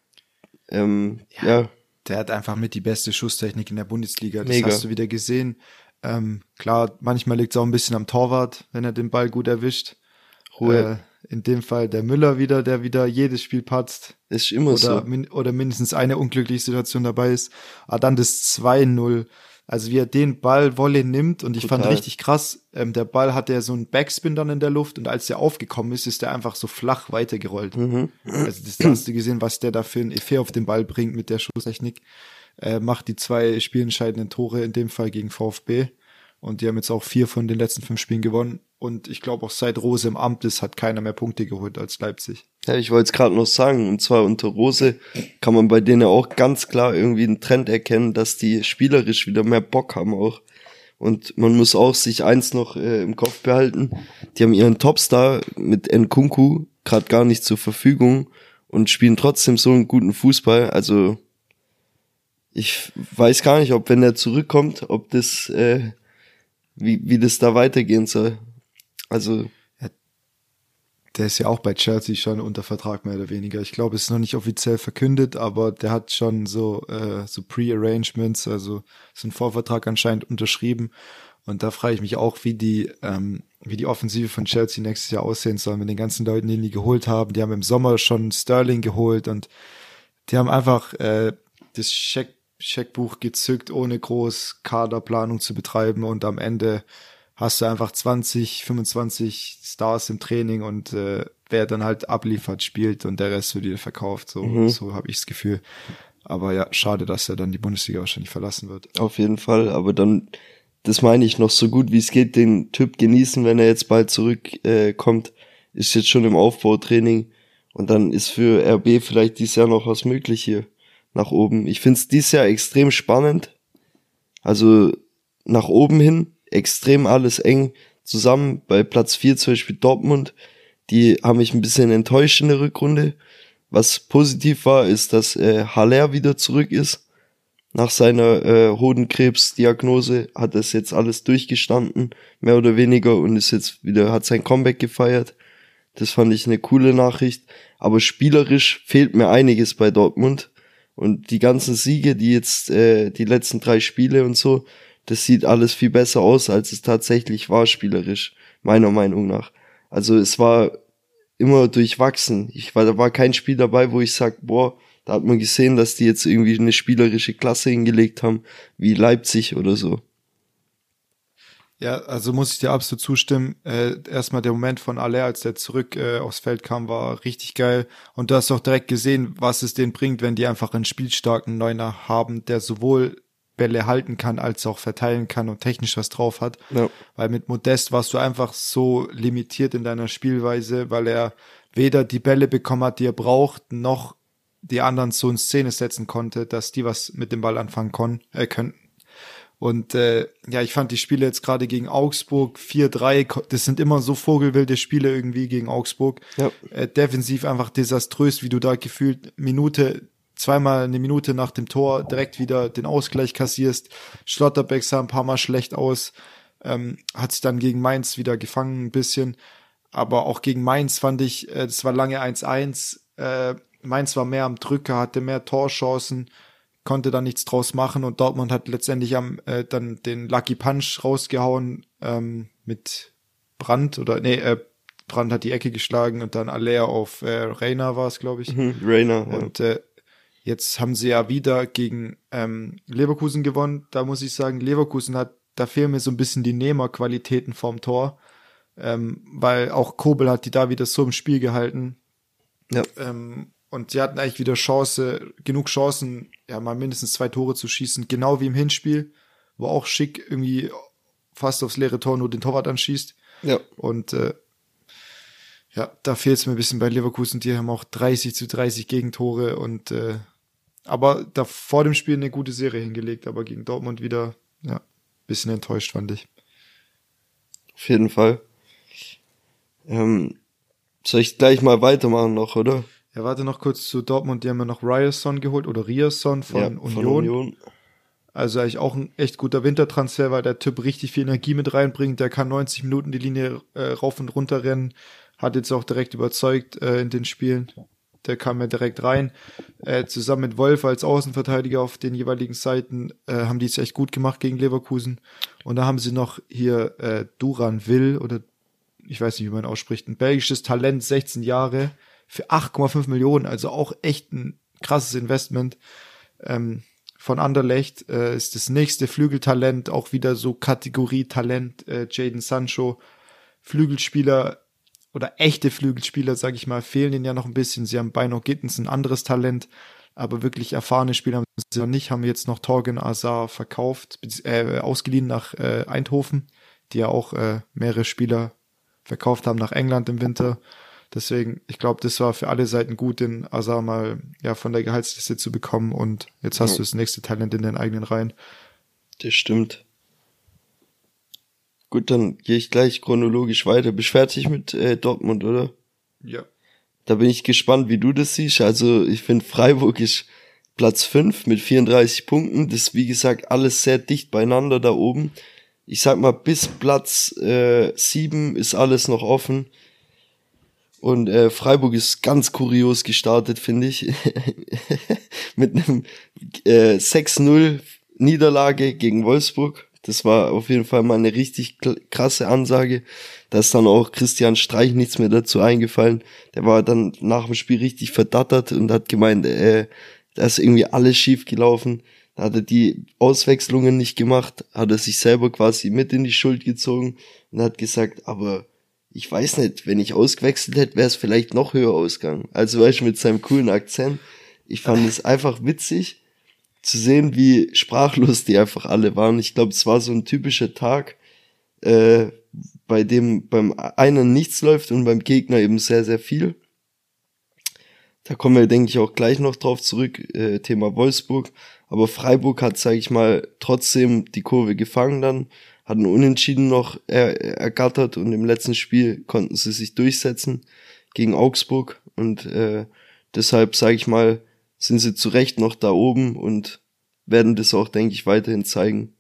Speaker 2: Ähm, ja, ja.
Speaker 1: Der hat einfach mit die beste Schusstechnik in der Bundesliga. Das
Speaker 2: Mega.
Speaker 1: Hast du wieder gesehen. Ähm, klar, manchmal liegt es auch ein bisschen am Torwart, wenn er den Ball gut erwischt.
Speaker 2: Ruhe.
Speaker 1: Äh, in dem Fall der Müller wieder, der wieder jedes Spiel patzt.
Speaker 2: Das ist immer
Speaker 1: oder,
Speaker 2: so.
Speaker 1: Min- oder mindestens eine unglückliche Situation dabei ist. Aber dann das zwei null. Also wie er den Ball Volley nimmt und ich
Speaker 2: Total.
Speaker 1: fand richtig krass, ähm, der Ball hatte ja so einen Backspin dann in der Luft und als der aufgekommen ist, ist der einfach so flach weitergerollt.
Speaker 2: Mhm.
Speaker 1: Also das hast du gesehen, was der da für ein Effekt auf den Ball bringt mit der Schusstechnik. Äh, macht die zwei spielentscheidenden Tore, in dem Fall gegen VfB. Und die haben jetzt auch vier von den letzten fünf Spielen gewonnen. Und ich glaube auch seit Rose im Amt ist, hat keiner mehr Punkte geholt als Leipzig.
Speaker 2: Ja, ich wollte es gerade noch sagen, und zwar unter Rose kann man bei denen auch ganz klar irgendwie einen Trend erkennen, dass die spielerisch wieder mehr Bock haben auch. Und man muss auch sich eins noch äh, im Kopf behalten, die haben ihren Topstar mit Nkunku gerade gar nicht zur Verfügung und spielen trotzdem so einen guten Fußball. Also ich weiß gar nicht, ob wenn er zurückkommt, ob das, äh, wie, wie das da weitergehen soll. Also
Speaker 1: der ist ja auch bei Chelsea schon unter Vertrag, mehr oder weniger. Ich glaube, es ist noch nicht offiziell verkündet, aber der hat schon so, äh, so Pre-Arrangements, also so einen Vorvertrag anscheinend unterschrieben. Und da frage ich mich auch, wie die, ähm, wie die Offensive von Chelsea nächstes Jahr aussehen soll, mit den ganzen Leuten, die die geholt haben. Die haben im Sommer schon Sterling geholt und die haben einfach äh, das Check Checkbuch gezückt, ohne groß Kaderplanung zu betreiben, und am Ende hast du einfach zwanzig, fünfundzwanzig Stars im Training und äh, wer dann halt abliefert, spielt und der Rest wird wieder verkauft. So, mhm. so habe ich das Gefühl. Aber ja, schade, dass er dann die Bundesliga wahrscheinlich verlassen wird.
Speaker 2: Auf jeden Fall, aber dann, das meine ich, noch so gut wie es geht, den Typ genießen, wenn er jetzt bald zurückkommt. Äh, kommt. Ist jetzt schon im Aufbautraining und dann ist für R B vielleicht dieses Jahr noch was möglich hier nach oben. Ich finde es dieses Jahr extrem spannend. Also nach oben hin extrem alles eng zusammen. Bei Platz vier zum Beispiel Dortmund, die haben mich ein bisschen enttäuscht in der Rückrunde. Was positiv war, ist, dass äh, Haller wieder zurück ist. Nach seiner äh, Hodenkrebsdiagnose hat es jetzt alles durchgestanden, mehr oder weniger, und ist jetzt wieder, hat sein Comeback gefeiert. Das fand ich eine coole Nachricht. Aber spielerisch fehlt mir einiges bei Dortmund. Und die ganzen Siege, die jetzt, äh, die letzten drei Spiele und so, das sieht alles viel besser aus, als es tatsächlich war, spielerisch, meiner Meinung nach. Also es war immer durchwachsen. Ich war, da war kein Spiel dabei, wo ich sag, boah, da hat man gesehen, dass die jetzt irgendwie eine spielerische Klasse hingelegt haben, wie Leipzig oder so.
Speaker 1: Ja, also muss ich dir absolut zustimmen. Äh, erstmal der Moment von Haller, als der zurück äh, aufs Feld kam, war richtig geil. Und du hast auch direkt gesehen, was es denen bringt, wenn die einfach einen spielstarken Neuner haben, der sowohl Bälle halten kann, als auch verteilen kann und technisch was drauf hat. Ja. Weil mit Modest warst du einfach so limitiert in deiner Spielweise, weil er weder die Bälle bekommen hat, die er braucht, noch die anderen so in Szene setzen konnte, dass die was mit dem Ball anfangen kon- äh, könnten. Und äh, ja, ich fand die Spiele jetzt gerade gegen Augsburg vier drei, das sind immer so vogelwilde Spiele irgendwie gegen Augsburg. Ja. Äh, defensiv einfach desaströs, wie du da gefühlt Minute zweimal eine Minute nach dem Tor direkt wieder den Ausgleich kassierst. Schlotterbeck sah ein paar Mal schlecht aus, ähm, hat sich dann gegen Mainz wieder gefangen ein bisschen. Aber auch gegen Mainz fand ich, äh, das war lange eins eins. Äh, Mainz war mehr am Drücker, hatte mehr Torchancen, konnte da nichts draus machen, und Dortmund hat letztendlich am äh, dann den Lucky Punch rausgehauen ähm, mit Brandt oder nee, äh, Brandt hat die Ecke geschlagen und dann Haller auf äh, Reina war es, glaube ich.
Speaker 2: Mhm, Reina, ja.
Speaker 1: Und äh, jetzt haben sie ja wieder gegen ähm, Leverkusen gewonnen. Da muss ich sagen, Leverkusen hat, da fehlen mir so ein bisschen die Nehmerqualitäten vorm Tor, ähm, weil auch Kobel hat die da wieder so im Spiel gehalten. Ja. Ähm, und sie hatten eigentlich wieder Chance, genug Chancen, ja, mal mindestens zwei Tore zu schießen, genau wie im Hinspiel, wo auch Schick irgendwie fast aufs leere Tor nur den Torwart anschießt. Ja. Und äh, ja, da fehlt es mir ein bisschen bei Leverkusen. Die haben auch dreißig zu dreißig Gegentore und äh, aber da vor dem Spiel eine gute Serie hingelegt, aber gegen Dortmund wieder, ja, ein bisschen enttäuscht, fand ich.
Speaker 2: Auf jeden Fall. Ähm, soll ich gleich mal weitermachen noch, oder?
Speaker 1: Ja, warte noch kurz zu Dortmund. Die haben ja noch Ryerson geholt oder Ryerson von, ja, Union. von Union. Also eigentlich auch ein echt guter Wintertransfer, weil der Typ richtig viel Energie mit reinbringt. Der kann neunzig Minuten die Linie äh, rauf und runter rennen. Hat jetzt auch direkt überzeugt äh, in den Spielen. Der kam ja direkt rein. Äh, zusammen mit Wolf als Außenverteidiger auf den jeweiligen Seiten äh, haben die es echt gut gemacht gegen Leverkusen. Und da haben sie noch hier äh, Duran Will, oder ich weiß nicht, wie man ausspricht, ein belgisches Talent, sechzehn Jahre, für acht Komma fünf Millionen, also auch echt ein krasses Investment. Ähm, von Anderlecht äh, ist das nächste Flügeltalent, auch wieder so Kategorie Talent, äh, Jadon Sancho. Flügelspieler oder echte Flügelspieler, sage ich mal, fehlen ihnen ja noch ein bisschen. Sie haben Bino Gittens, ein anderes Talent, aber wirklich erfahrene Spieler haben sie noch nicht. Haben jetzt noch Torgen Azar verkauft, äh, ausgeliehen nach äh, Eindhoven, die ja auch äh, mehrere Spieler verkauft haben nach England im Winter. Deswegen, ich glaube, das war für alle Seiten gut, den Azar mal ja von der Gehaltsliste zu bekommen, und jetzt hast ja. du das nächste Talent in den eigenen Reihen.
Speaker 2: Das stimmt. Gut, dann gehe ich gleich chronologisch weiter. Bist fertig mit äh, Dortmund, oder?
Speaker 1: Ja.
Speaker 2: Da bin ich gespannt, wie du das siehst. Also ich finde, Freiburg ist Platz fünf mit vierunddreißig Punkten. Das ist, wie gesagt, alles sehr dicht beieinander da oben. Ich sag mal, bis Platz äh, sieben ist alles noch offen. Und äh, Freiburg ist ganz kurios gestartet, finde ich. Mit einem äh, sechs null Niederlage gegen Wolfsburg. Das war auf jeden Fall mal eine richtig krasse Ansage. Da ist dann auch Christian Streich nichts mehr dazu eingefallen. Der war dann nach dem Spiel richtig verdattert und hat gemeint, äh, da ist irgendwie alles schief gelaufen. Da hat er die Auswechslungen nicht gemacht, hat er sich selber quasi mit in die Schuld gezogen und hat gesagt, aber ich weiß nicht, wenn ich ausgewechselt hätte, wäre es vielleicht noch höher ausgegangen. Also weißt du, mit seinem coolen Akzent. Ich fand es einfach witzig zu sehen, wie sprachlos die einfach alle waren. Ich glaube, es war so ein typischer Tag, äh, bei dem beim einen nichts läuft und beim Gegner eben sehr, sehr viel. Da kommen wir, denke ich, auch gleich noch drauf zurück, äh, Thema Wolfsburg. Aber Freiburg hat, sage ich mal, trotzdem die Kurve gefangen dann, hat einen Unentschieden noch er, ergattert und im letzten Spiel konnten sie sich durchsetzen gegen Augsburg. Und äh, deshalb, sage ich mal, sind sie zu Recht noch da oben und werden das auch, denke ich, weiterhin zeigen.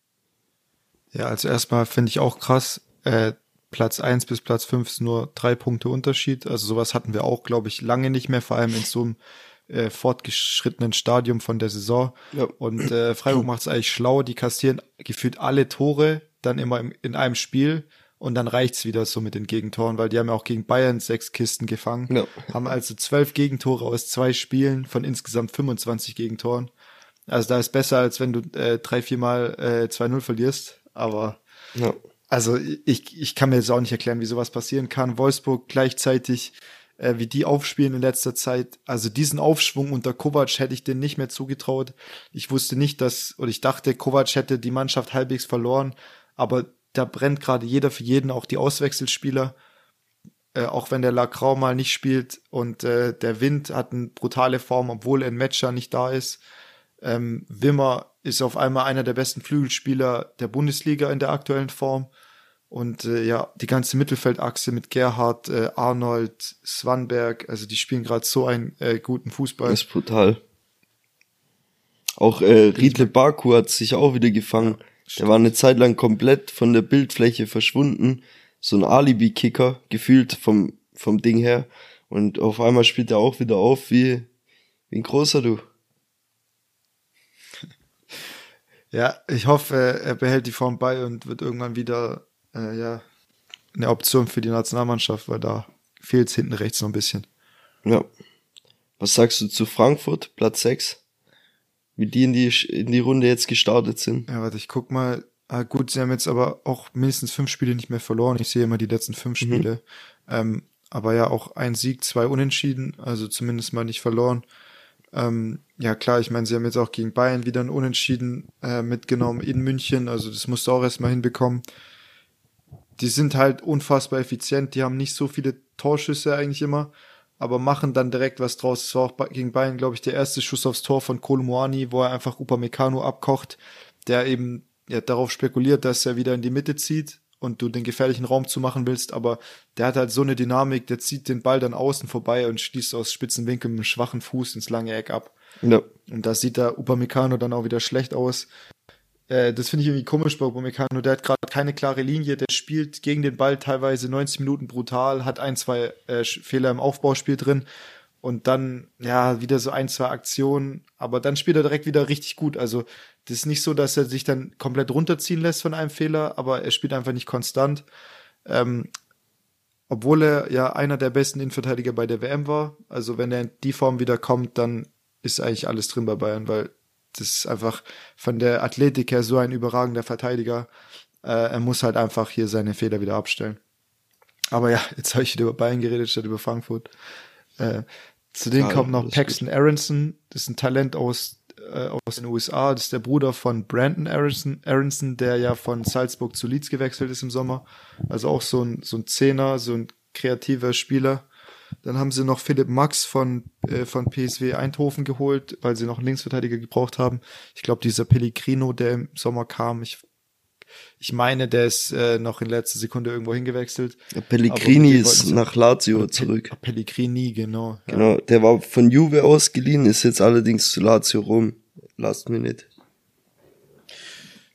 Speaker 1: Ja, also erstmal finde ich auch krass, äh, Platz eins bis Platz fünf ist nur drei Punkte Unterschied. Also sowas hatten wir auch, glaube ich, lange nicht mehr, vor allem in so einem äh, fortgeschrittenen Stadium von der Saison. Ja. Und äh, Freiburg macht es eigentlich schlau, die kassieren gefühlt alle Tore dann immer im, in einem Spiel und dann reicht's wieder so mit den Gegentoren, weil die haben ja auch gegen Bayern sechs Kisten gefangen, ja. Haben also zwölf Gegentore aus zwei Spielen von insgesamt fünfundzwanzig Gegentoren. Also da ist besser, als wenn du äh, drei, viermal äh, zwei null verlierst, aber ja. Also ich, ich kann mir jetzt auch nicht erklären, wie sowas passieren kann. Wolfsburg gleichzeitig, äh, wie die aufspielen in letzter Zeit. Also diesen Aufschwung unter Kovac hätte ich denen nicht mehr zugetraut. Ich wusste nicht, dass, oder ich dachte, Kovac hätte die Mannschaft halbwegs verloren. Aber da brennt gerade jeder für jeden, auch die Auswechselspieler. Äh, auch wenn der Lacroix mal nicht spielt. Und äh, der Wind hat eine brutale Form, obwohl ein Matcher nicht da ist. Ähm, Wimmer ist auf einmal einer der besten Flügelspieler der Bundesliga in der aktuellen Form. Und äh, ja, die ganze Mittelfeldachse mit Gerhard, äh, Arnold, Swanberg, also die spielen gerade so einen äh, guten Fußball.
Speaker 2: Das ist brutal. Auch äh, Riedle Baku hat sich auch wieder gefangen. Ja, der war eine Zeit lang komplett von der Bildfläche verschwunden. So ein Alibi-Kicker, gefühlt vom vom Ding her. Und auf einmal spielt er auch wieder auf wie, wie ein großer Du.
Speaker 1: Ja, ich hoffe, er behält die Form bei und wird irgendwann wieder äh, ja eine Option für die Nationalmannschaft, weil da fehlt es hinten rechts noch ein bisschen.
Speaker 2: Ja. Was sagst du zu Frankfurt, Platz sechs? Wie die in die in die Runde jetzt gestartet sind?
Speaker 1: Ja, warte, ich guck mal. Ah, gut, sie haben jetzt aber auch mindestens fünf Spiele nicht mehr verloren. Ich sehe immer die letzten fünf Spiele. Mhm. Ähm, aber ja, auch ein Sieg, zwei Unentschieden, also zumindest mal nicht verloren. Ähm, ja klar, ich meine, sie haben jetzt auch gegen Bayern wieder ein Unentschieden äh, mitgenommen in München, also das musst du auch erstmal hinbekommen. Die sind halt unfassbar effizient, die haben nicht so viele Torschüsse eigentlich immer, aber machen dann direkt was draus. Das war auch gegen Bayern, glaube ich, der erste Schuss aufs Tor von Kolo Muani, wo er einfach Upamecano abkocht, der eben ja darauf spekuliert, dass er wieder in die Mitte zieht und du den gefährlichen Raum zu machen willst, aber der hat halt so eine Dynamik, der zieht den Ball dann außen vorbei und schließt aus spitzen Winkel mit einem schwachen Fuß ins lange Eck ab. Ja. Und da sieht der Upamecano dann auch wieder schlecht aus. Äh, das finde ich irgendwie komisch bei Upamecano, der hat gerade keine klare Linie, der spielt gegen den Ball teilweise neunzig Minuten brutal, hat ein, zwei äh, Fehler im Aufbauspiel drin und dann, ja, wieder so ein, zwei Aktionen, aber dann spielt er direkt wieder richtig gut, also das ist nicht so, dass er sich dann komplett runterziehen lässt von einem Fehler, aber er spielt einfach nicht konstant. Ähm, obwohl er ja einer der besten Innenverteidiger bei der W M war. Also wenn er in die Form wieder kommt, dann ist eigentlich alles drin bei Bayern, weil das ist einfach von der Athletik her so ein überragender Verteidiger. Äh, er muss halt einfach hier seine Fehler wieder abstellen. Aber ja, jetzt habe ich wieder über Bayern geredet statt über Frankfurt. Äh, zu denen ja, kommt noch Paxton Aronson. Das ist ein Talent aus aus den U S A, das ist der Bruder von Brandon Aronson, Aronson, der ja von Salzburg zu Leeds gewechselt ist im Sommer. Also auch so ein, so ein Zehner, so ein kreativer Spieler. Dann haben sie noch Philipp Max von, äh, von P S V Eindhoven geholt, weil sie noch einen Linksverteidiger gebraucht haben. Ich glaube, dieser Pellegrino, der im Sommer kam, ich, ich meine, der ist äh, noch in letzter Sekunde irgendwo hingewechselt.
Speaker 2: Ja, Pellegrini ist nach Lazio zurück.
Speaker 1: Pe- Pellegrini, genau.
Speaker 2: Ja. Genau, der war von Juve ausgeliehen, ist jetzt allerdings zu Lazio rum. Last minute.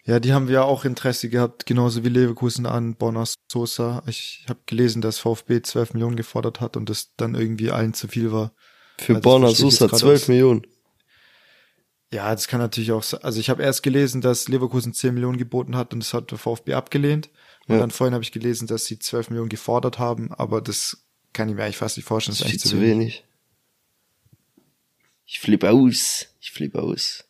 Speaker 1: Ja, die haben wir auch Interesse gehabt, genauso wie Leverkusen an Borna Sosa. Ich habe gelesen, dass VfB zwölf Millionen gefordert hat und das dann irgendwie allen zu viel war.
Speaker 2: Für
Speaker 1: Also das
Speaker 2: Borna
Speaker 1: verstehe ich
Speaker 2: Sosa
Speaker 1: jetzt gerade
Speaker 2: zwölf
Speaker 1: aus-
Speaker 2: Millionen.
Speaker 1: Ja, das kann natürlich auch sein. Also ich habe erst gelesen, dass Leverkusen zehn Millionen geboten hat und das hat der VfB abgelehnt. Und
Speaker 2: Ja.
Speaker 1: dann vorhin habe ich gelesen, dass sie zwölf Millionen gefordert haben, aber das kann ich mir eigentlich fast nicht vorstellen.
Speaker 2: Das ist viel
Speaker 1: eigentlich
Speaker 2: zu wenig. Ich flippe aus. Ich flippe aus.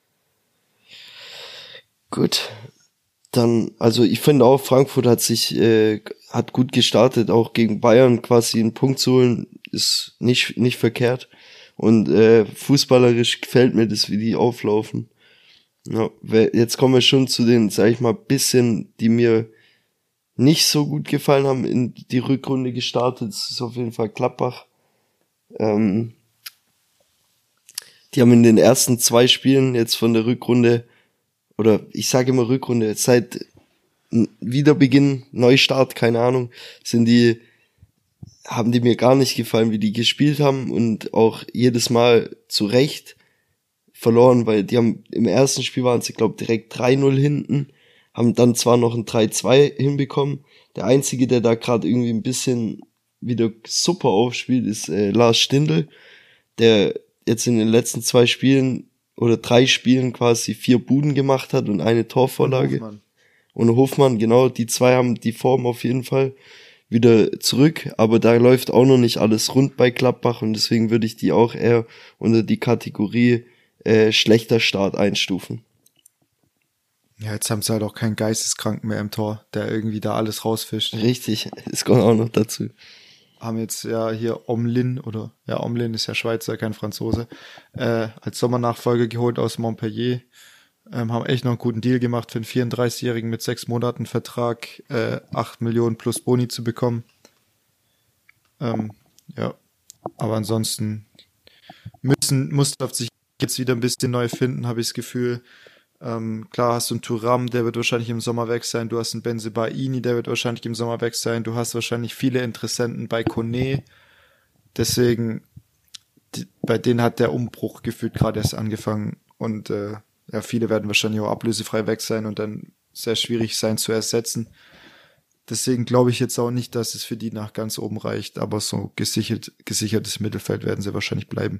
Speaker 2: Gut. Dann, also ich finde auch, Frankfurt hat sich, äh, hat gut gestartet, auch gegen Bayern quasi einen Punkt zu holen, ist nicht, nicht verkehrt. Und äh, fußballerisch gefällt mir das, wie die auflaufen. Ja, wer- jetzt kommen wir schon zu den, sag ich mal, bisschen, die mir nicht so gut gefallen haben, in die Rückrunde gestartet. Das ist auf jeden Fall Gladbach. Ähm, die haben in den ersten zwei Spielen jetzt von der Rückrunde, oder ich sage immer Rückrunde, seit n- Wiederbeginn, Neustart, keine Ahnung, sind die, haben die mir gar nicht gefallen, wie die gespielt haben und auch jedes Mal zu Recht verloren, weil die haben im ersten Spiel waren sie, glaube direkt drei null hinten, haben dann zwar noch ein drei zwei hinbekommen. Der Einzige, der da gerade irgendwie ein bisschen wieder super aufspielt, ist äh, Lars Stindl, der jetzt in den letzten zwei Spielen oder drei Spielen quasi vier Buden gemacht hat und eine Torvorlage.
Speaker 1: Hofmann.
Speaker 2: Und Hofmann, genau, die zwei haben die Form auf jeden Fall wieder zurück, aber da läuft auch noch nicht alles rund bei Gladbach und deswegen würde ich die auch eher unter die Kategorie äh, schlechter Start einstufen.
Speaker 1: Ja, jetzt haben sie halt auch keinen Geisteskranken mehr im Tor, der irgendwie da alles rausfischt.
Speaker 2: Richtig, es kommt auch noch dazu.
Speaker 1: Haben jetzt ja hier Omlin oder ja, Omlin ist ja Schweizer, kein Franzose, äh, als Sommernachfolger geholt aus Montpellier. Ähm, haben echt noch einen guten Deal gemacht für einen vierunddreißigjährigen mit sechs Monaten Vertrag, äh, acht Millionen plus Boni zu bekommen. Ähm, ja, aber ansonsten müssen, muss auf sich jetzt wieder ein bisschen neu finden, habe ich das Gefühl. Ähm, klar hast du einen Thuram, der wird wahrscheinlich im Sommer weg sein. Du hast einen Bensebaini, der wird wahrscheinlich im Sommer weg sein. Du hast wahrscheinlich viele Interessenten bei Kone. Deswegen, die, bei denen hat der Umbruch gefühlt gerade erst angefangen. Und äh, ja, viele werden wahrscheinlich auch ablösefrei weg sein und dann sehr schwierig sein zu ersetzen. Deswegen glaube ich jetzt auch nicht, dass es für die nach ganz oben reicht. Aber so gesichert, gesichertes Mittelfeld werden sie wahrscheinlich bleiben.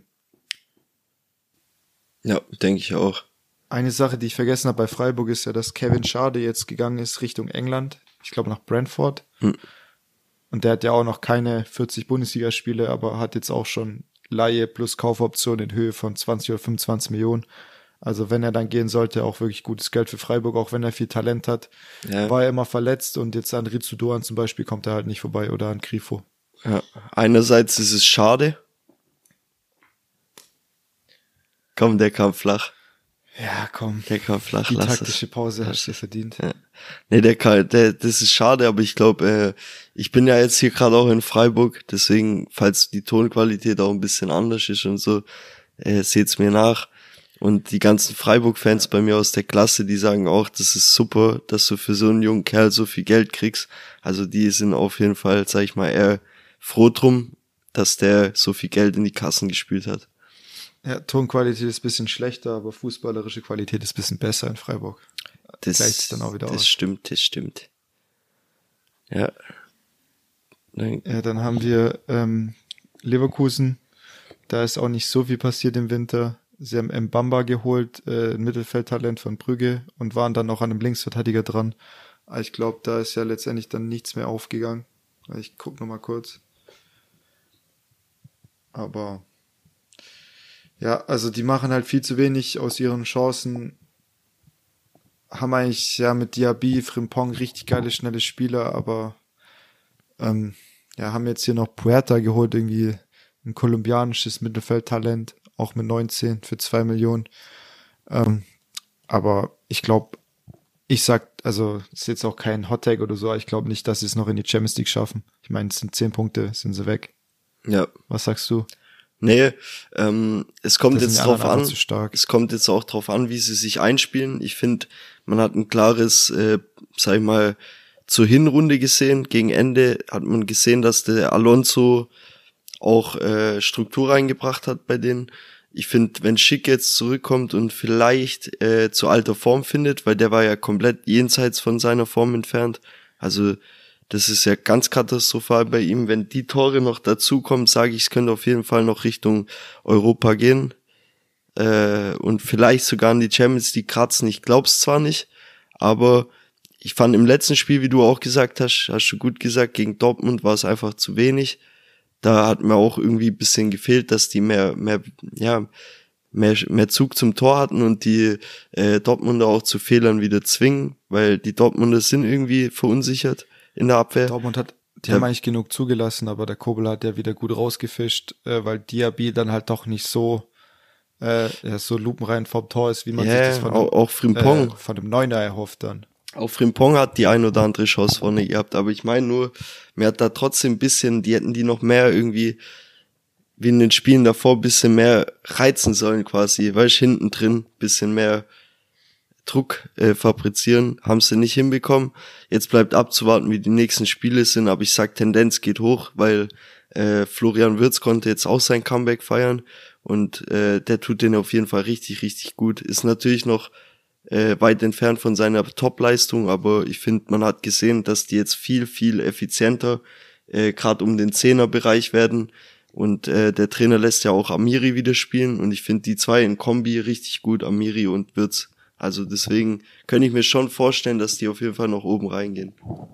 Speaker 2: Ja, denke ich auch.
Speaker 1: Eine Sache, die ich vergessen habe bei Freiburg, ist ja, dass Kevin Schade jetzt gegangen ist Richtung England. Ich glaube nach Brentford.
Speaker 2: Hm.
Speaker 1: Und der hat ja auch noch keine vierzig Bundesligaspiele, aber hat jetzt auch schon Leihe plus Kaufoption in Höhe von zwanzig oder fünfundzwanzig Millionen. Also wenn er dann gehen sollte, auch wirklich gutes Geld für Freiburg, auch wenn er viel Talent hat.
Speaker 2: Ja.
Speaker 1: War er immer verletzt und jetzt an Ritsu Doan zum Beispiel kommt er halt nicht vorbei oder an Grifo.
Speaker 2: Ja. Einerseits ist es schade. Komm, der kam flach.
Speaker 1: Ja, komm.
Speaker 2: Der kam flach.
Speaker 1: Die
Speaker 2: lass
Speaker 1: taktische
Speaker 2: es.
Speaker 1: Pause hast du verdient.
Speaker 2: Ja. Nee, der kann, der, das ist schade, aber ich glaube, äh, ich bin ja jetzt hier gerade auch in Freiburg, deswegen, falls die Tonqualität auch ein bisschen anders ist und so, äh, seht's mir nach. Und die ganzen Freiburg-Fans bei mir aus der Klasse, die sagen auch, das ist super, dass du für so einen jungen Kerl so viel Geld kriegst. Also die sind auf jeden Fall, sag ich mal, eher froh drum, dass der so viel Geld in die Kassen gespült hat.
Speaker 1: Ja, Tonqualität ist ein bisschen schlechter, aber fußballerische Qualität ist ein bisschen besser in Freiburg.
Speaker 2: Das,
Speaker 1: Gleicht sich dann auch wieder
Speaker 2: das
Speaker 1: aus.
Speaker 2: stimmt, das stimmt. Ja. Dann,
Speaker 1: Ja, dann haben wir ähm, Leverkusen. Da ist auch nicht so viel passiert im Winter. Sie haben Mbamba geholt, äh, ein Mittelfeldtalent von Brügge und waren dann auch an einem Linksverteidiger dran. Aber ich glaube, da ist ja letztendlich dann nichts mehr aufgegangen. Ich guck noch mal kurz. Aber ja, also die machen halt viel zu wenig aus ihren Chancen. Haben eigentlich ja mit Diaby, Frimpong richtig geile, schnelle Spieler, aber ähm, ja, haben jetzt hier noch Puerta geholt, irgendwie ein kolumbianisches Mittelfeldtalent, auch mit neunzehn für zwei Millionen. Ähm, aber ich glaube, ich sag, also ist jetzt auch kein Hottag oder so, aber ich glaube nicht, dass sie es noch in die Champions League schaffen. Ich meine, es sind zehn Punkte, sind sie weg.
Speaker 2: ja.
Speaker 1: Was sagst du?
Speaker 2: Nee, ähm, es kommt
Speaker 1: Das sind
Speaker 2: jetzt
Speaker 1: die
Speaker 2: drauf
Speaker 1: anderen
Speaker 2: an.
Speaker 1: einfach zu stark.
Speaker 2: Es kommt jetzt auch drauf an, wie sie sich einspielen. Ich finde, man hat ein klares, äh, sag ich mal, zur Hinrunde gesehen. Gegen Ende hat man gesehen, dass der Alonso auch äh, Struktur reingebracht hat bei denen. Ich finde, wenn Schick jetzt zurückkommt und vielleicht äh, zu alter Form findet, weil der war ja komplett jenseits von seiner Form entfernt. Also das ist ja ganz katastrophal bei ihm. Wenn die Tore noch dazukommen, sage ich, es könnte auf jeden Fall noch Richtung Europa gehen. Äh, und vielleicht sogar in die Champions League kratzen. Ich glaub's zwar nicht, aber ich fand im letzten Spiel, wie du auch gesagt hast, hast du gut gesagt, gegen Dortmund war es einfach zu wenig. Da hat mir auch irgendwie ein bisschen gefehlt, dass die mehr, mehr, ja, mehr, mehr Zug zum Tor hatten und die äh, Dortmunder auch zu Fehlern wieder zwingen, weil die Dortmunder sind irgendwie verunsichert in der Abwehr.
Speaker 1: Dortmund hat, die
Speaker 2: Ja.
Speaker 1: haben eigentlich genug zugelassen, aber der Kobel hat ja wieder gut rausgefischt, äh, weil Diaby dann halt doch nicht so, äh, ja, so lupenrein vom Tor ist, wie man
Speaker 2: Ja,
Speaker 1: sich das von
Speaker 2: auch,
Speaker 1: dem,
Speaker 2: auch Frimpong.
Speaker 1: äh, von dem Neuner erhofft dann.
Speaker 2: Auch Frimpong hat die ein oder andere Chance vorne gehabt, aber ich meine nur, mir hat da trotzdem ein bisschen, die hätten die noch mehr irgendwie, wie in den Spielen davor, ein bisschen mehr reizen sollen quasi, weißt du, hinten drin, bisschen mehr Druck äh, fabrizieren, haben sie nicht hinbekommen. Jetzt bleibt abzuwarten, wie die nächsten Spiele sind, aber ich sag, Tendenz geht hoch, weil äh, Florian Wirtz konnte jetzt auch sein Comeback feiern und äh, der tut den auf jeden Fall richtig, richtig gut. Ist natürlich noch äh, weit entfernt von seiner Top-Leistung, aber ich finde, man hat gesehen, dass die jetzt viel, viel effizienter äh, gerade um den Zehner-Bereich werden und äh, der Trainer lässt ja auch Amiri wieder spielen und ich finde die zwei in Kombi richtig gut, Amiri und Wirtz. Also deswegen könnte ich mir schon vorstellen, dass die auf jeden Fall noch oben reingehen.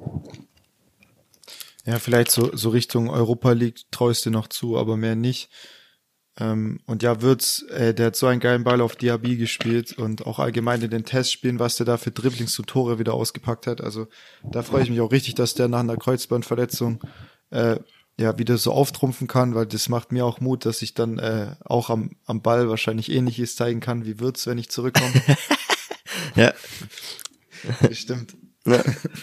Speaker 1: Ja, vielleicht so, so Richtung Europa League traue ich dir noch zu, aber mehr nicht. Ähm, und ja, Wirtz, äh, der hat so einen geilen Ball auf Diaby gespielt und auch allgemein in den Testspielen, was der da für Dribblings und Tore wieder ausgepackt hat. Also da freue ich mich auch richtig, dass der nach einer Kreuzbandverletzung äh, ja wieder so auftrumpfen kann, weil das macht mir auch Mut, dass ich dann äh, auch am, am Ball wahrscheinlich Ähnliches zeigen kann wie Wirtz, wenn ich zurückkomme.
Speaker 2: Ja.
Speaker 1: Das stimmt.
Speaker 2: Ja.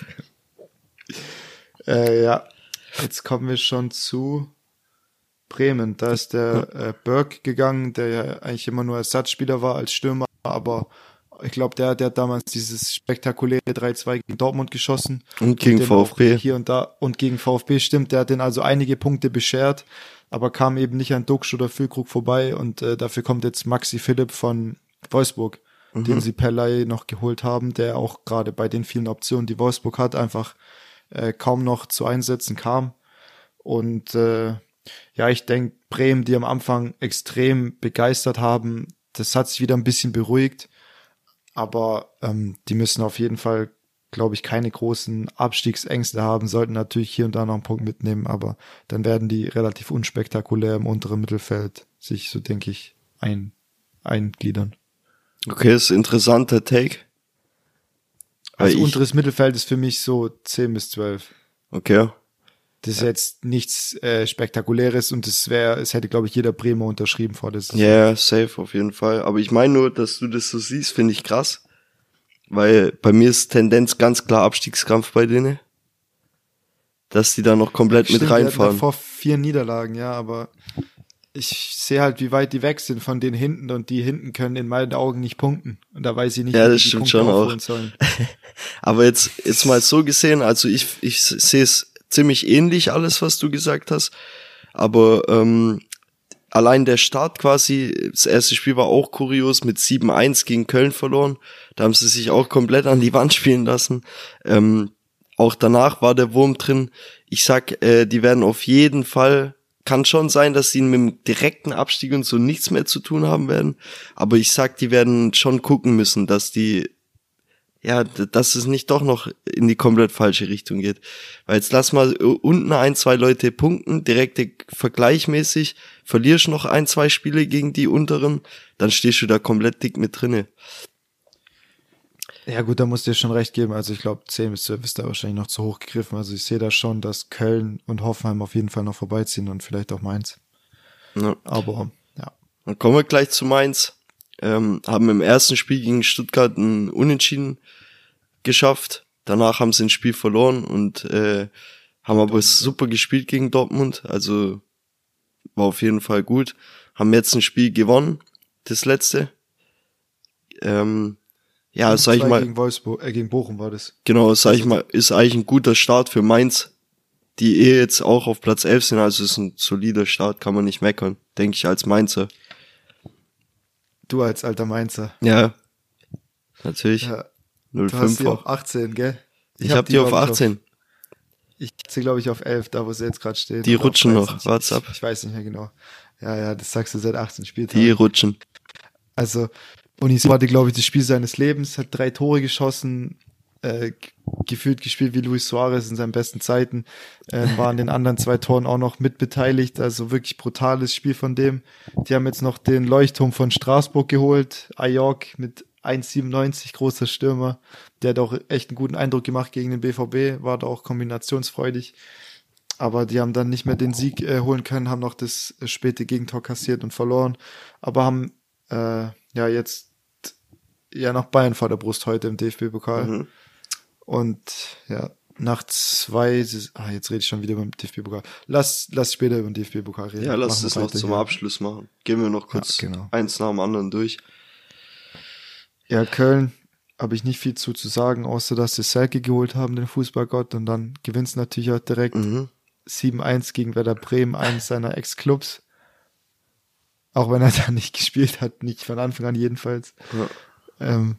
Speaker 1: äh, ja, jetzt kommen wir schon zu Bremen. Da ist der äh, Berg gegangen, der ja eigentlich immer nur Ersatzspieler war als Stürmer, aber ich glaube, der, der hat damals dieses spektakuläre drei zwei gegen Dortmund geschossen.
Speaker 2: Und gegen
Speaker 1: den auch
Speaker 2: VfB.
Speaker 1: Hier und da und gegen VfB, stimmt, der hat den also einige Punkte beschert, aber kam eben nicht an Duxch oder Füllkrug vorbei und äh, dafür kommt jetzt Maxi Philipp von Wolfsburg, mhm. den sie per Leihe noch geholt haben, der auch gerade bei den vielen Optionen, die Wolfsburg hat, einfach äh, kaum noch zu Einsätzen kam. Und äh, ja, ich denke, Bremen, die am Anfang extrem begeistert haben, das hat sich wieder ein bisschen beruhigt. Aber ähm, die müssen auf jeden Fall, glaube ich, keine großen Abstiegsängste haben, sollten natürlich hier und da noch einen Punkt mitnehmen, aber dann werden die relativ unspektakulär im unteren Mittelfeld sich, so denke ich, ein, eingliedern.
Speaker 2: Okay, das ist ein interessanter Take.
Speaker 1: Also
Speaker 2: ich,
Speaker 1: unteres Mittelfeld ist für mich so zehn bis zwölf.
Speaker 2: Okay.
Speaker 1: Das ist ja. jetzt nichts äh, Spektakuläres und es wäre, es hätte, glaube ich, jeder Bremer unterschrieben vor der Saison.
Speaker 2: Ja, yeah, safe auf jeden Fall. Aber ich meine nur, dass du das so siehst, finde ich krass. Weil bei mir ist Tendenz ganz klar Abstiegskampf bei denen. Dass die da noch komplett
Speaker 1: Stimmt,
Speaker 2: mit reinfahren.
Speaker 1: Vor vier Niederlagen, ja, aber ich sehe halt, wie weit die weg sind von den hinten und die hinten können in meinen Augen nicht punkten. Und da weiß ich nicht,
Speaker 2: ja,
Speaker 1: wie
Speaker 2: das
Speaker 1: die
Speaker 2: stimmt
Speaker 1: Punkte
Speaker 2: schon
Speaker 1: aufholen
Speaker 2: auch.
Speaker 1: sollen.
Speaker 2: Aber jetzt, jetzt mal so gesehen, also ich, ich sehe es ziemlich ähnlich alles, was du gesagt hast. Aber ähm, allein der Start quasi, das erste Spiel war auch kurios, mit sieben eins gegen Köln verloren. Da haben sie sich auch komplett an die Wand spielen lassen. Ähm, auch danach war der Wurm drin. Ich sag, äh, die werden auf jeden Fall, kann schon sein, dass sie mit dem direkten Abstieg und so nichts mehr zu tun haben werden. Aber ich sag, die werden schon gucken müssen, dass die ja, dass es nicht doch noch in die komplett falsche Richtung geht. Weil jetzt lass mal unten ein, zwei Leute punkten, direkte vergleichmäßig, verlierst noch ein, zwei Spiele gegen die unteren, dann stehst du da komplett dick mit drinne.
Speaker 1: Ja gut, da musst du dir schon recht geben. Also ich glaube, zehn bis zwölf ist da wahrscheinlich noch zu hoch gegriffen. Also ich sehe da schon, dass Köln und Hoffenheim auf jeden Fall noch vorbeiziehen und vielleicht auch Mainz.
Speaker 2: Ja.
Speaker 1: Aber, ja.
Speaker 2: Dann kommen wir gleich zu Mainz. Ähm, haben im ersten Spiel gegen Stuttgart ein Unentschieden geschafft. Danach haben sie ein Spiel verloren und äh, haben aber super gespielt gegen Dortmund. Also war auf jeden Fall gut. Haben jetzt ein Spiel gewonnen, das letzte. Ähm, ja, sag ich mal.
Speaker 1: Gegen Wolfsburg, äh, gegen Bochum war das.
Speaker 2: Genau, sag ich mal, ist eigentlich ein guter Start für Mainz, die eh jetzt auch auf Platz elf sind. Also ist ein solider Start, kann man nicht meckern, denke ich als Mainzer.
Speaker 1: Du als alter Mainzer.
Speaker 2: Ja, natürlich.
Speaker 1: Ja,
Speaker 2: null
Speaker 1: du hast
Speaker 2: fünf
Speaker 1: die
Speaker 2: auch.
Speaker 1: auf achtzehn, gell?
Speaker 2: Ich, ich habe die auf
Speaker 1: glaub ich,
Speaker 2: achtzehn.
Speaker 1: Ich habe sie, glaube ich, auf elf, da wo sie jetzt gerade stehen.
Speaker 2: Die
Speaker 1: Oder auf
Speaker 2: rutschen
Speaker 1: dreizehn.
Speaker 2: noch, wart's ab.
Speaker 1: Ich, ich weiß nicht mehr genau. Ja, ja, das sagst du seit achtzehn Spieltagen.
Speaker 2: Die rutschen.
Speaker 1: Also, Uniso hatte, glaube ich, das Spiel seines Lebens, hat drei Tore geschossen, äh, g- gefühlt gespielt wie Luis Suarez in seinen besten Zeiten, äh, war an den anderen zwei Toren auch noch mitbeteiligt, also wirklich brutales Spiel von dem. Die haben jetzt noch den Leuchtturm von Straßburg geholt, Ajorg mit eins Komma siebenundneunzig, großer Stürmer, der hat auch echt einen guten Eindruck gemacht gegen den B V B, war da auch kombinationsfreudig. Aber die haben dann nicht mehr den Sieg äh, holen können, haben noch das äh, späte Gegentor kassiert und verloren, aber haben äh, ja jetzt ja noch Bayern vor der Brust heute im D F B-Pokal.
Speaker 2: Mhm.
Speaker 1: Und ja, nach zwei, Saison- ah, jetzt rede ich schon wieder über den D F B-Pokal. Lass, lass später über den D F B-Pokal reden.
Speaker 2: Ja, lass
Speaker 1: Machen wir
Speaker 2: es noch
Speaker 1: weiter
Speaker 2: zum
Speaker 1: hier.
Speaker 2: Abschluss machen. Gehen wir noch kurz
Speaker 1: Ja, genau.
Speaker 2: eins nach dem anderen durch.
Speaker 1: Ja, Köln habe ich nicht viel zu, zu sagen, außer dass sie Selke geholt haben, den Fußballgott, und dann gewinnt es natürlich auch direkt
Speaker 2: Mhm.
Speaker 1: sieben eins gegen Werder Bremen, eines seiner Ex-Clubs. Auch wenn er da nicht gespielt hat, nicht von Anfang an jedenfalls.
Speaker 2: Ja.
Speaker 1: Ähm,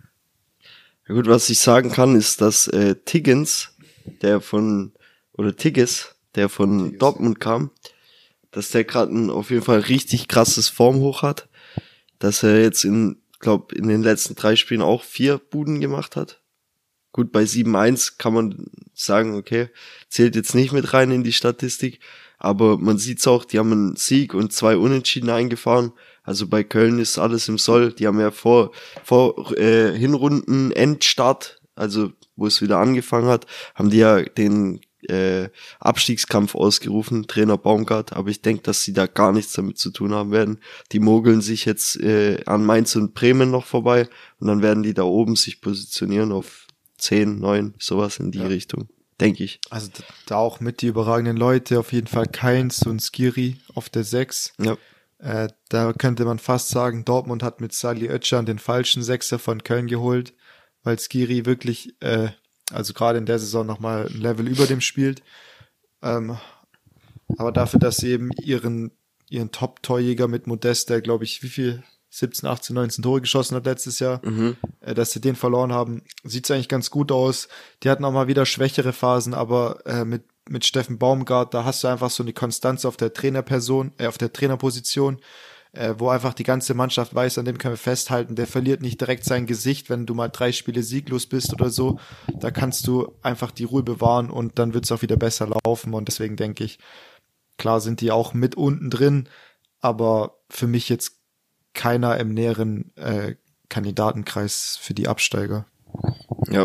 Speaker 2: Ja gut, was ich sagen kann, ist, dass äh, Tiggins, der von, oder Tigges, der von
Speaker 1: Tigges.
Speaker 2: Dortmund kam, dass der gerade ein auf jeden Fall richtig krasses Formhoch hat, dass er jetzt in, glaub, in den letzten drei Spielen auch vier Buden gemacht hat. Gut, bei sieben eins kann man sagen, okay, zählt jetzt nicht mit rein in die Statistik, aber man sieht's auch, die haben einen Sieg und zwei Unentschieden eingefahren. Also bei Köln ist alles im Soll. Die haben ja vor, vor äh, Hinrunden Endstart, also wo es wieder angefangen hat, haben die ja den äh, Abstiegskampf ausgerufen, Trainer Baumgart. Aber ich denke, dass sie da gar nichts damit zu tun haben werden. Die mogeln sich jetzt äh, an Mainz und Bremen noch vorbei und dann werden die da oben sich positionieren auf zehn, neun, sowas in die
Speaker 1: Ja.
Speaker 2: Richtung, denke ich.
Speaker 1: also d- da auch mit die überragenden Leute, auf jeden Fall Keins und Skiri auf der sechs.
Speaker 2: Ja.
Speaker 1: Äh, da könnte man fast sagen, Dortmund hat mit Salih Özcan den falschen Sechser von Köln geholt, weil Skiri wirklich, äh, also gerade in der Saison nochmal ein Level über dem spielt. Ähm, aber dafür, dass sie eben ihren, ihren Top-Torjäger mit Modest, der glaube ich, wie viel, siebzehn, achtzehn, neunzehn Tore geschossen hat letztes Jahr,
Speaker 2: Mhm.
Speaker 1: äh, dass sie den verloren haben, sieht's eigentlich ganz gut aus. Die hatten auch mal wieder schwächere Phasen, aber äh, mit mit Steffen Baumgart, da hast du einfach so eine Konstanz auf der Trainerperson, äh, auf der Trainerposition, äh, wo einfach die ganze Mannschaft weiß, an dem können wir festhalten, der verliert nicht direkt sein Gesicht, wenn du mal drei Spiele sieglos bist oder so. Da kannst du einfach die Ruhe bewahren und dann wird's auch wieder besser laufen. Und deswegen denke ich, klar sind die auch mit unten drin, aber für mich jetzt keiner im näheren äh, Kandidatenkreis für die Absteiger.
Speaker 2: Ja.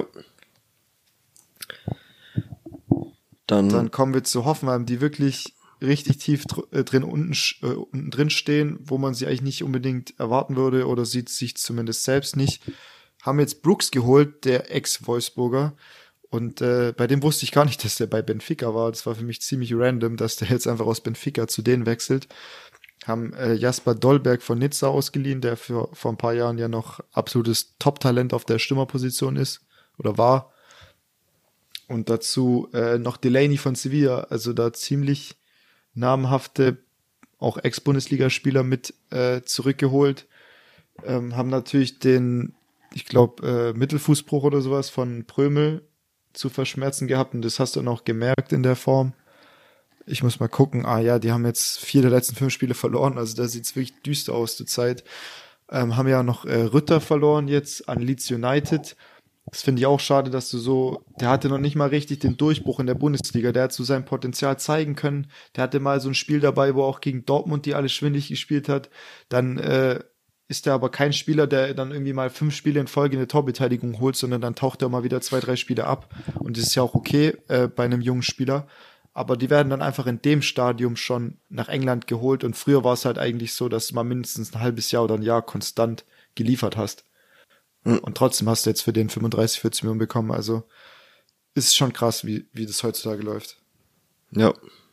Speaker 2: Dann,
Speaker 1: Dann kommen wir zu Hoffenheim, die wirklich richtig tief dr- äh, drin unten, sch- äh, unten drin stehen, wo man sie eigentlich nicht unbedingt erwarten würde oder sieht sich zumindest selbst nicht. Haben jetzt Brooks geholt, der Ex-Wolfsburger. Und äh, bei dem wusste ich gar nicht, dass der bei Benfica war. Das war für mich ziemlich random, dass der jetzt einfach aus Benfica zu denen wechselt. Haben äh, Jasper Dolberg von Nizza ausgeliehen, der für, vor ein paar Jahren ja noch absolutes Top-Talent auf der Stürmerposition ist oder war. Und dazu äh, noch Delaney von Sevilla, also da ziemlich namhafte, auch Ex-Bundesligaspieler mit äh, zurückgeholt. Ähm, haben natürlich den, ich glaube, äh, Mittelfußbruch oder sowas von Prömel zu verschmerzen gehabt und das hast du noch gemerkt in der Form. Ich muss mal gucken, ah ja, die haben jetzt vier der letzten fünf Spiele verloren, also da sieht's wirklich düster aus zur Zeit. Ähm, haben ja noch äh, Rütter verloren jetzt an Leeds United. Das finde ich auch schade, dass du so, der hatte noch nicht mal richtig den Durchbruch in der Bundesliga, der hat so sein Potenzial zeigen können, der hatte mal so ein Spiel dabei, wo er auch gegen Dortmund die alles schwindig gespielt hat, dann äh, ist er aber kein Spieler, der dann irgendwie mal fünf Spiele in Folge eine Torbeteiligung holt, sondern dann taucht er mal wieder zwei, drei Spiele ab und das ist ja auch okay äh, bei einem jungen Spieler, aber die werden dann einfach in dem Stadium schon nach England geholt und früher war es halt eigentlich so, dass du mal mindestens ein halbes Jahr oder ein Jahr konstant geliefert hast. Und trotzdem hast du jetzt für den fünfunddreißig, vierzig Millionen bekommen. Also ist schon krass, wie, wie das heutzutage läuft.
Speaker 2: ja.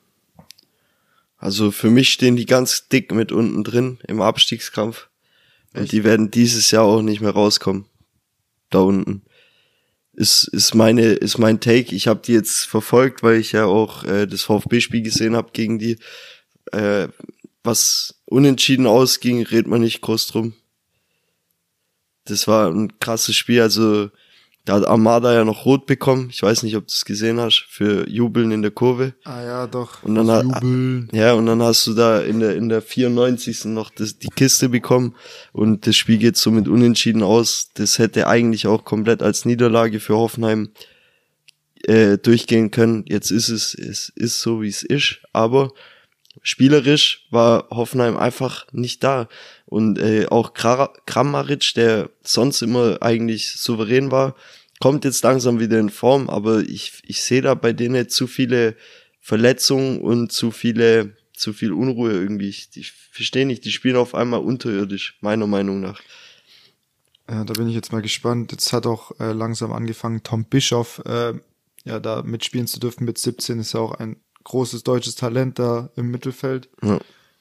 Speaker 2: Also für mich stehen die ganz dick mit unten drin im Abstiegskampf. Und
Speaker 1: Echt?
Speaker 2: die werden dieses Jahr auch nicht mehr rauskommen. Da unten. Ist, ist meine, ist mein Take. Ich habe die jetzt verfolgt, weil ich ja auch äh, das VfB-Spiel gesehen habe gegen die. Äh, was unentschieden ausging, redet man nicht groß drum. das war ein krasses Spiel, also da hat Armada ja noch rot bekommen, ich weiß nicht, ob du es gesehen hast, für Jubeln in der Kurve.
Speaker 1: Ah ja, doch.
Speaker 2: Und dann Jubeln. Ja, und dann hast du da in der in der vierundneunzigsten noch das, die Kiste bekommen und das Spiel geht somit unentschieden aus. Das hätte eigentlich auch komplett als Niederlage für Hoffenheim äh, durchgehen können. Jetzt ist es, es ist so, wie es ist, aber spielerisch war Hoffenheim einfach nicht da. Und äh, auch Kramaric, der sonst immer eigentlich souverän war, kommt jetzt langsam wieder in Form, aber ich ich sehe da bei denen zu viele Verletzungen und zu viele zu viel Unruhe irgendwie. Ich, ich verstehe nicht, die spielen auf einmal unterirdisch, meiner Meinung nach.
Speaker 1: Ja, da bin ich jetzt mal gespannt. Jetzt hat auch äh, langsam angefangen, Tom Bischoff äh, ja da mitspielen zu dürfen mit siebzehn, ist ja auch ein großes deutsches Talent da im Mittelfeld. Ja.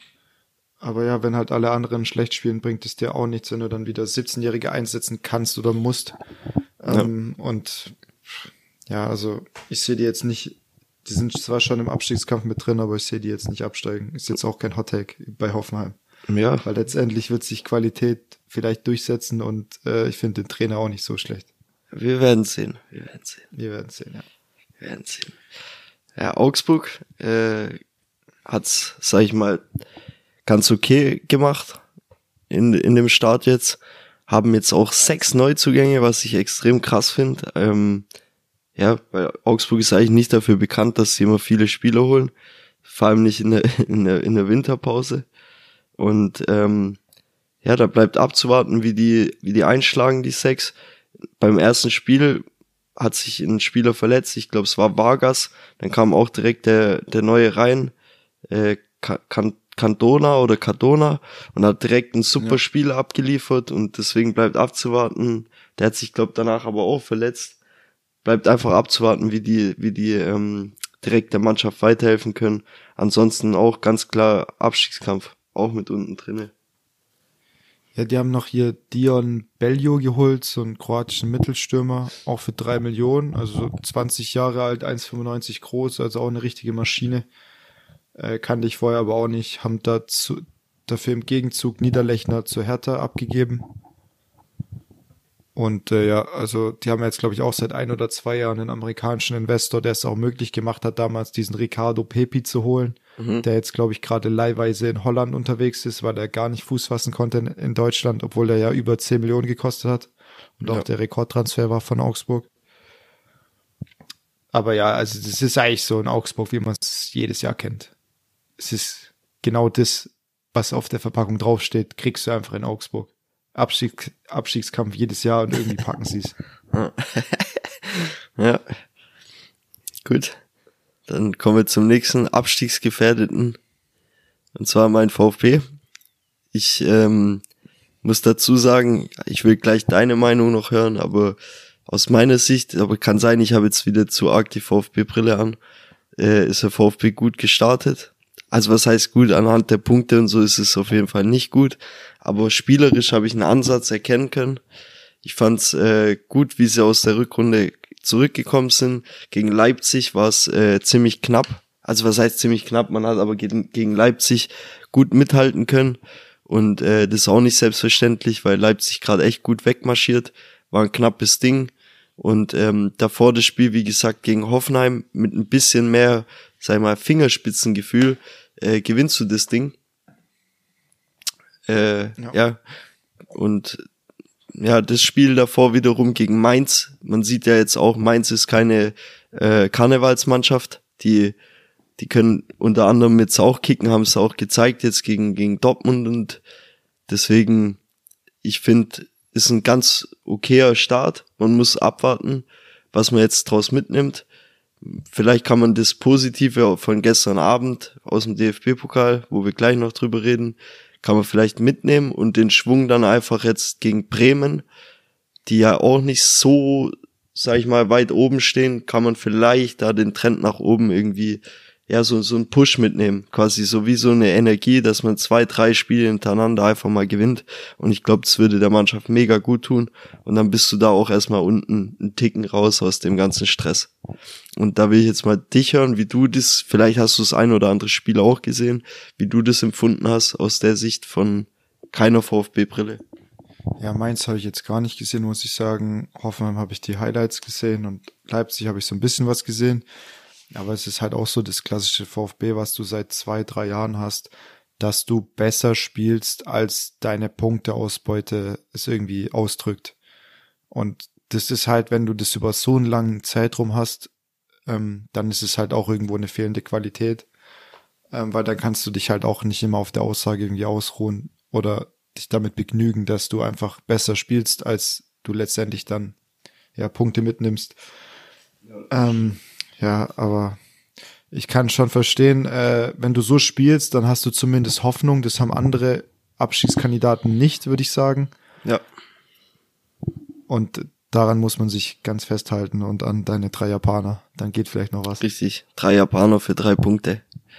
Speaker 1: Aber ja, wenn halt alle anderen schlecht spielen, bringt es dir auch nichts, wenn du dann wieder siebzehnjährige einsetzen kannst oder musst. Ja. Ähm, und ja, also ich sehe die jetzt nicht, die sind zwar schon im Abstiegskampf mit drin, aber ich sehe die jetzt nicht absteigen. Ist jetzt auch kein Hottake bei Hoffenheim.
Speaker 2: Ja.
Speaker 1: Weil letztendlich wird sich Qualität vielleicht durchsetzen und äh, ich finde den Trainer auch nicht so schlecht.
Speaker 2: Wir werden sehen. Wir werden sehen.
Speaker 1: Wir werden sehen, ja.
Speaker 2: Wir werden sehen. Ja, Augsburg äh, hat's, sag ich mal, ganz okay gemacht in in dem Start jetzt. Haben jetzt auch sechs Neuzugänge, was ich extrem krass finde. Ähm, ja, weil Augsburg ist eigentlich nicht dafür bekannt, dass sie immer viele Spieler holen. Vor allem nicht in der, in der, in der Winterpause. Und ähm, ja, da bleibt abzuwarten, wie die wie die einschlagen, die sechs. Beim ersten Spiel hat sich ein Spieler verletzt, ich glaube es war Vargas, dann kam auch direkt der der neue rein, äh, Can- Cantona oder Cardona und hat direkt ein super ja. Spiel abgeliefert und deswegen bleibt abzuwarten. Der hat sich, glaube danach aber auch verletzt. Bleibt einfach abzuwarten, wie die wie die ähm, direkt der Mannschaft weiterhelfen können. Ansonsten auch ganz klar Abstiegskampf, auch mit unten drinne.
Speaker 1: Ja, die haben noch hier Dion Beljo geholt, so einen kroatischen Mittelstürmer, auch für drei Millionen, also so zwanzig Jahre alt, eins Komma fünfundneunzig groß, also auch eine richtige Maschine. Äh, kannte ich vorher aber auch nicht, haben dazu, dafür im Gegenzug Niederlechner zu Hertha abgegeben. Und äh, ja, also die haben jetzt, glaube ich, auch seit ein oder zwei Jahren einen amerikanischen Investor, der es auch möglich gemacht hat, damals diesen Ricardo Pepi zu holen, mhm. der jetzt, glaube ich, gerade leihweise in Holland unterwegs ist, weil er gar nicht Fuß fassen konnte in, in Deutschland, obwohl der ja über zehn Millionen gekostet hat und ja. auch der Rekordtransfer war von Augsburg. Aber ja, also das ist eigentlich so in Augsburg, wie man es jedes Jahr kennt. Es ist genau das, was auf der Verpackung draufsteht, kriegst du einfach in Augsburg. Abstieg, Abstiegskampf jedes Jahr und irgendwie packen sie es.
Speaker 2: Ja. Gut. Dann kommen wir zum nächsten Abstiegsgefährdeten. Und zwar mein VfB. Ich ähm, muss dazu sagen, ich will gleich deine Meinung noch hören, aber aus meiner Sicht, aber kann sein, ich habe jetzt wieder zu arg die VfB-Brille an, äh, ist der VfB gut gestartet. Also was heißt gut, anhand der Punkte und so ist es auf jeden Fall nicht gut, aber spielerisch habe ich einen Ansatz erkennen können. Ich fand's äh, gut, wie sie aus der Rückrunde zurückgekommen sind. Gegen Leipzig war es äh, ziemlich knapp, also was heißt ziemlich knapp, man hat aber gegen, gegen Leipzig gut mithalten können und äh, das ist auch nicht selbstverständlich, weil Leipzig gerade echt gut wegmarschiert, war ein knappes Ding und ähm, davor das Spiel, wie gesagt, gegen Hoffenheim mit ein bisschen mehr, sag ich mal, Fingerspitzengefühl, äh, gewinnst du das Ding. Äh, ja. ja. Und ja, das Spiel davor wiederum gegen Mainz. Man sieht ja jetzt auch, Mainz ist keine äh, Karnevalsmannschaft. Die die können unter anderem jetzt auch kicken, haben es auch gezeigt jetzt gegen gegen Dortmund und deswegen, ich finde, ist ein ganz okayer Start. Man muss abwarten, was man jetzt draus mitnimmt. Vielleicht kann man das Positive von gestern Abend aus dem D F B-Pokal, wo wir gleich noch drüber reden, kann man vielleicht mitnehmen und den Schwung dann einfach jetzt gegen Bremen, die ja auch nicht so, sag ich mal, weit oben stehen, kann man vielleicht da den Trend nach oben irgendwie, ja, so, so einen Push mitnehmen. Quasi so wie so eine Energie, dass man zwei, drei Spiele hintereinander einfach mal gewinnt. Und ich glaube, das würde der Mannschaft mega gut tun. Und dann bist du da auch erstmal unten einen Ticken raus aus dem ganzen Stress. Und da will ich jetzt mal dich hören, wie du das, vielleicht hast du das ein oder andere Spiel auch gesehen, wie du das empfunden hast aus der Sicht von keiner VfB-Brille.
Speaker 1: Ja, Mainz habe ich jetzt gar nicht gesehen, muss ich sagen. Hoffenheim habe ich die Highlights gesehen und Leipzig habe ich so ein bisschen was gesehen. Aber es ist halt auch so das klassische VfB, was du seit zwei, drei Jahren hast, dass du besser spielst, als deine Punkteausbeute es irgendwie ausdrückt. Und das ist halt, wenn du das über so einen langen Zeitraum hast, ähm, dann ist es halt auch irgendwo eine fehlende Qualität. Ähm, weil dann kannst du dich halt auch nicht immer auf der Aussage irgendwie ausruhen oder dich damit begnügen, dass du einfach besser spielst, als du letztendlich dann ja Punkte mitnimmst. Ja, ähm, ja aber ich kann schon verstehen, äh, wenn du so spielst, dann hast du zumindest Hoffnung. Das haben andere Abstiegskandidaten nicht, würde ich sagen.
Speaker 2: Ja.
Speaker 1: Und daran muss man sich ganz festhalten und an deine drei Japaner. Dann geht vielleicht noch was.
Speaker 2: Richtig. Drei Japaner für drei Punkte.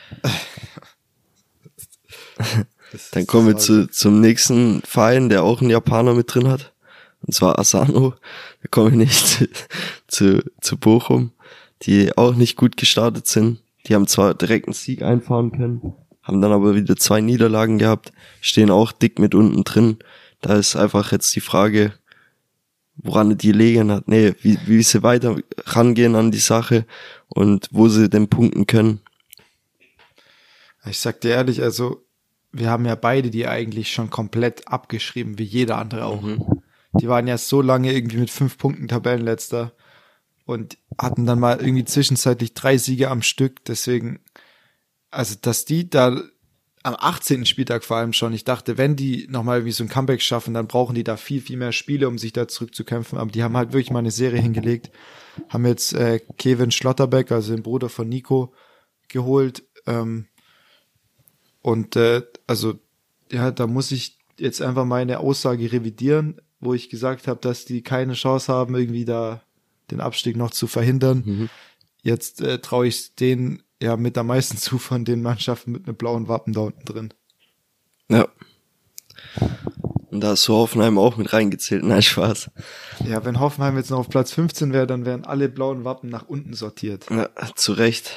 Speaker 2: Dann kommen wir zu, zum nächsten Verein, der auch einen Japaner mit drin hat. Und zwar Asano. Da komme ich nicht zu, zu, zu Bochum, die auch nicht gut gestartet sind. Die haben zwar direkt einen Sieg einfahren können, haben dann aber wieder zwei Niederlagen gehabt, stehen auch dick mit unten drin. Da ist einfach jetzt die Frage, woran die liegen hat, nee, wie, wie sie weiter rangehen an die Sache und wo sie denn punkten können.
Speaker 1: Ich sag dir ehrlich, also wir haben ja beide die eigentlich schon komplett abgeschrieben, wie jeder andere auch. Mhm. Die waren ja so lange irgendwie mit fünf Punkten Tabellenletzter und hatten dann mal irgendwie zwischenzeitlich drei Siege am Stück. Deswegen, also dass die da am achtzehnten Spieltag vor allem schon, ich dachte, wenn die nochmal wie so ein Comeback schaffen, dann brauchen die da viel, viel mehr Spiele, um sich da zurückzukämpfen. Aber die haben halt wirklich mal eine Serie hingelegt. Haben jetzt äh, Kevin Schlotterbeck, also den Bruder von Nico, geholt. Ähm, und äh, also, ja, da muss ich jetzt einfach meine Aussage revidieren, wo ich gesagt habe, dass die keine Chance haben, irgendwie da den Abstieg noch zu verhindern. Mhm. Jetzt äh, traue ich denen ja mit am meisten zu von den Mannschaften mit einem blauen Wappen da unten drin.
Speaker 2: Ja. Und da hast du Hoffenheim auch mit reingezählt. Nein, Spaß.
Speaker 1: Ja, wenn Hoffenheim jetzt noch auf Platz fünfzehn wäre, dann wären alle blauen Wappen nach unten sortiert.
Speaker 2: Ja, zu Recht.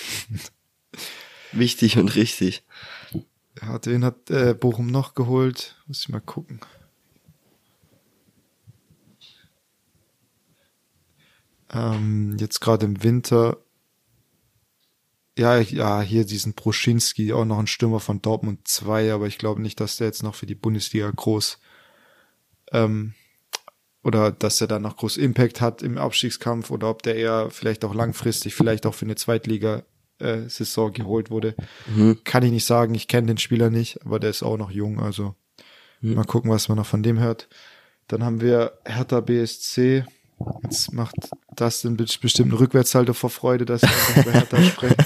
Speaker 2: Wichtig und richtig.
Speaker 1: Ja, den hat äh, Bochum noch geholt. Muss ich mal gucken. Ähm, jetzt gerade im Winter. Ja, ja, hier diesen Broschinski, auch noch ein Stürmer von Dortmund zwei, aber ich glaube nicht, dass der jetzt noch für die Bundesliga groß ähm, oder dass er da noch groß Impact hat im Abstiegskampf oder ob der eher vielleicht auch langfristig, vielleicht auch für eine Zweitliga-Saison geholt wurde. Mhm. Kann ich nicht sagen, ich kenne den Spieler nicht, aber der ist auch noch jung, also mhm. mal gucken, was man noch von dem hört. Dann haben wir Hertha B S C. Jetzt macht das den bestimmt einen Rückwärtssalto vor Freude, dass ich über Hertha spreche.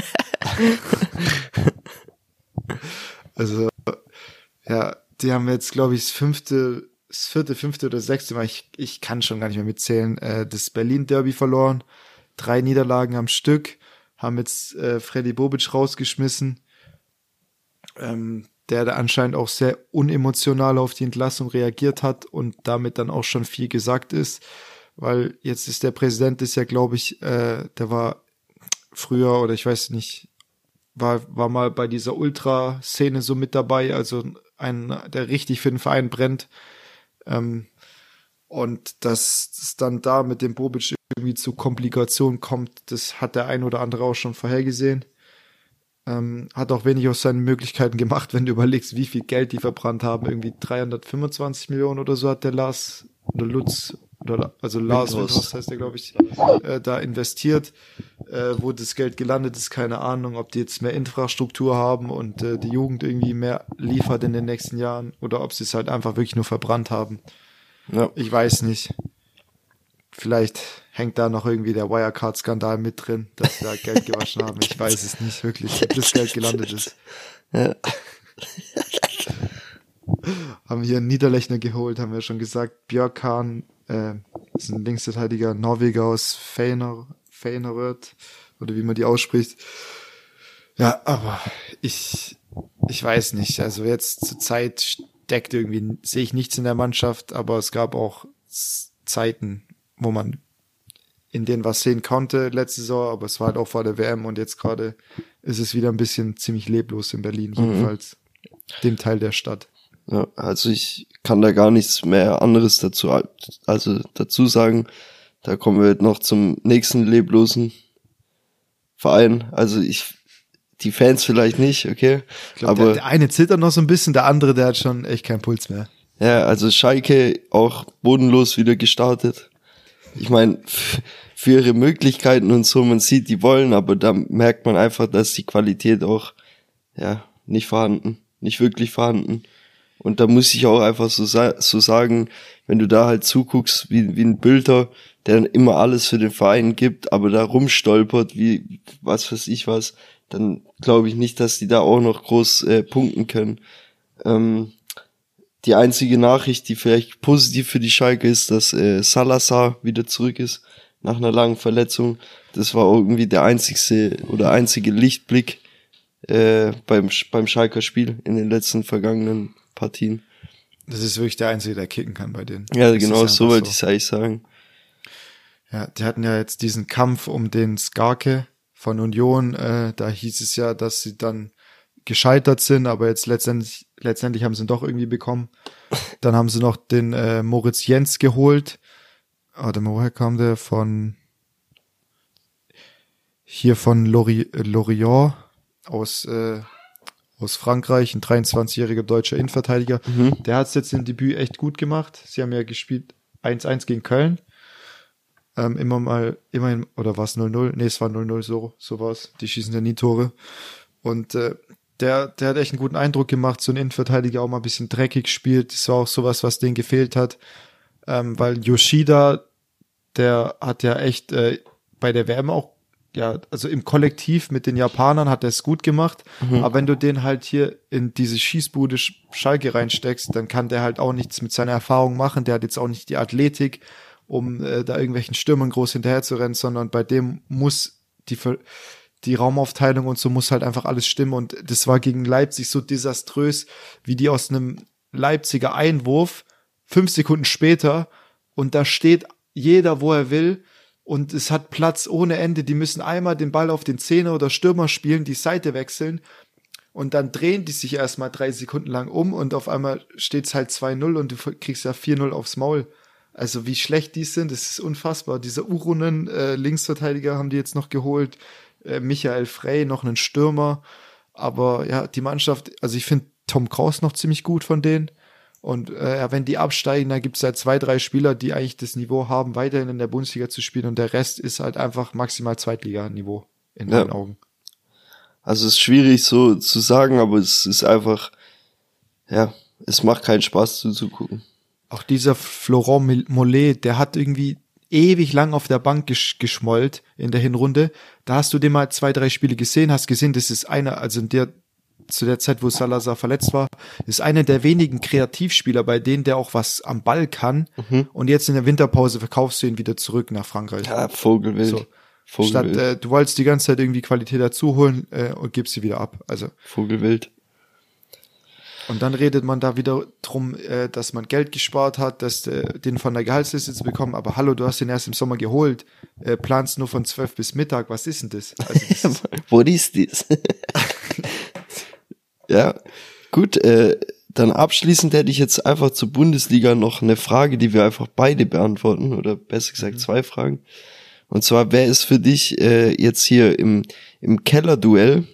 Speaker 1: Also, ja, die haben jetzt, glaube ich, das fünfte, das vierte, fünfte oder sechste Mal, ich, ich kann schon gar nicht mehr mitzählen, äh, das Berlin-Derby verloren. Drei Niederlagen am Stück, haben jetzt äh, Freddy Bobic rausgeschmissen, ähm, der da anscheinend auch sehr unemotional auf die Entlassung reagiert hat und damit dann auch schon viel gesagt ist. Weil jetzt ist der Präsident, ist ja, glaube ich, äh, der war früher, oder ich weiß nicht, war war mal bei dieser Ultra-Szene so mit dabei, also ein, der richtig für den Verein brennt. Ähm, und dass es dann da mit dem Bobic irgendwie zu Komplikationen kommt, das hat der ein oder andere auch schon vorhergesehen. Ähm, hat auch wenig aus seinen Möglichkeiten gemacht, wenn du überlegst, wie viel Geld die verbrannt haben. Irgendwie dreihundertfünfundzwanzig Millionen oder so hat der Lars oder Lutz oder also Lars Windhorst heißt der, glaube ich, äh, da investiert. Äh, wo das Geld gelandet ist, keine Ahnung, ob die jetzt mehr Infrastruktur haben und äh, die Jugend irgendwie mehr liefert in den nächsten Jahren oder ob sie es halt einfach wirklich nur verbrannt haben. Ja. Ich weiß nicht. Vielleicht hängt da noch irgendwie der Wirecard-Skandal mit drin, dass wir da Geld gewaschen haben. Ich weiß es nicht wirklich, ob das Geld gelandet ist. Ja. Haben hier einen Niederlechner geholt, haben wir schon gesagt. Björkan, äh, ist ein Linksverteidiger, Norweger aus Feyenoord, Feyenoord, oder wie man die ausspricht. Ja, aber ich, ich weiß nicht. Also jetzt zur Zeit steckt irgendwie, sehe ich nichts in der Mannschaft, aber es gab auch Zeiten, wo man in denen was sehen konnte letzte Saison, aber es war halt auch vor der W M und jetzt gerade ist es wieder ein bisschen ziemlich leblos in Berlin, jedenfalls mhm. dem Teil der Stadt.
Speaker 2: Ja, also ich kann da gar nichts mehr anderes dazu, also dazu sagen. Da kommen wir noch zum nächsten leblosen Verein. Also ich, die Fans vielleicht nicht, okay.
Speaker 1: Ich glaub, aber der, der eine zittert noch so ein bisschen, der andere, der hat schon echt keinen Puls mehr.
Speaker 2: Ja, also Schalke auch bodenlos wieder gestartet. Ich meine, für ihre Möglichkeiten und so, man sieht, die wollen, aber da merkt man einfach, dass die Qualität auch, ja, nicht vorhanden, nicht wirklich vorhanden. Und da muss ich auch einfach so, so sagen, wenn du da halt zuguckst, wie, wie ein Bülter, der dann immer alles für den Verein gibt, aber da rumstolpert, wie, was weiß ich was, dann glaube ich nicht, dass die da auch noch groß äh, punkten können. Ähm, die einzige Nachricht, die vielleicht positiv für die Schalke ist, dass äh, Salazar wieder zurück ist, nach einer langen Verletzung. Das war irgendwie der einzigste oder einzige Lichtblick äh, beim, beim Schalker Spiel in den letzten vergangenen Partien.
Speaker 1: Das ist wirklich der Einzige, der kicken kann bei denen.
Speaker 2: Ja,
Speaker 1: das
Speaker 2: genau, so wollte ich es eigentlich sagen.
Speaker 1: Ja, die hatten ja jetzt diesen Kampf um den Skarke von Union. Äh, da hieß es ja, dass sie dann gescheitert sind, aber jetzt letztendlich, letztendlich haben sie ihn doch irgendwie bekommen. Dann haben sie noch den äh, Moritz Jens geholt. Warte mal, woher kam der? Von hier von Lori, äh, Lorient aus äh, aus Frankreich, ein dreiundzwanzigjähriger deutscher Innenverteidiger. Mhm. Der hat es jetzt im Debüt echt gut gemacht. Sie haben ja gespielt eins eins gegen Köln. Ähm, immer mal, immerhin, oder war es null null? Nee, es war null null, so, so war's. Die schießen ja nie Tore. Und äh, der, der hat echt einen guten Eindruck gemacht, so ein Innenverteidiger auch mal ein bisschen dreckig spielt. Das war auch sowas, was denen gefehlt hat. Ähm, weil Yoshida, der hat ja echt äh, bei der W M auch, ja, also im Kollektiv mit den Japanern hat er es gut gemacht. Mhm. Aber wenn du den halt hier in diese Schießbude Schalke reinsteckst, dann kann der halt auch nichts mit seiner Erfahrung machen. Der hat jetzt auch nicht die Athletik, um äh, da irgendwelchen Stürmern groß hinterher zu rennen, sondern bei dem muss die die Raumaufteilung und so muss halt einfach alles stimmen. Und das war gegen Leipzig so desaströs, wie die aus einem Leipziger Einwurf fünf Sekunden später und da steht jeder, wo er will und es hat Platz ohne Ende. Die müssen einmal den Ball auf den Zehner oder Stürmer spielen, die Seite wechseln und dann drehen die sich erstmal drei Sekunden lang um und auf einmal steht's halt zwei null und du kriegst ja vier null aufs Maul. Also wie schlecht die sind, das ist unfassbar. Dieser Urunen äh, Linksverteidiger haben die jetzt noch geholt, äh, Michael Frey, noch einen Stürmer. Aber ja, die Mannschaft, also ich finde Tom Kraus noch ziemlich gut von denen. Und äh, wenn die absteigen, dann gibt es halt zwei, drei Spieler, die eigentlich das Niveau haben, weiterhin in der Bundesliga zu spielen. Und der Rest ist halt einfach maximal Zweitliga-Niveau in
Speaker 2: ja.
Speaker 1: meinen Augen.
Speaker 2: Also es ist schwierig so zu sagen, aber es ist einfach, ja, es macht keinen Spaß zuzugucken.
Speaker 1: Auch dieser Florent Mollet, der hat irgendwie ewig lang auf der Bank gesch- geschmollt in der Hinrunde. Da hast du den mal zwei, drei Spiele gesehen, hast gesehen, das ist einer, also in der, zu der Zeit, wo Salazar verletzt war, ist einer der wenigen Kreativspieler, bei denen der auch was am Ball kann. Mhm. Und jetzt in der Winterpause verkaufst du ihn wieder zurück nach Frankreich.
Speaker 2: Ja, Vogelwild. So. Vogelwild.
Speaker 1: Statt, äh, du wolltest die ganze Zeit irgendwie Qualität dazu holen äh, und gibst sie wieder ab. Also
Speaker 2: Vogelwild.
Speaker 1: Und dann redet man da wieder drum, äh, dass man Geld gespart hat, dass äh, den von der Gehaltsliste zu bekommen. Aber hallo, du hast den erst im Sommer geholt, äh, planst nur von zwölf bis Mittag. Was ist denn das? Also das ist
Speaker 2: Wo ist das? Ja, gut. Äh, dann abschließend hätte ich jetzt einfach zur Bundesliga noch eine Frage, die wir einfach beide beantworten. Oder besser gesagt zwei Fragen. Und zwar, wer ist für dich äh, jetzt hier im, im Kellerduell,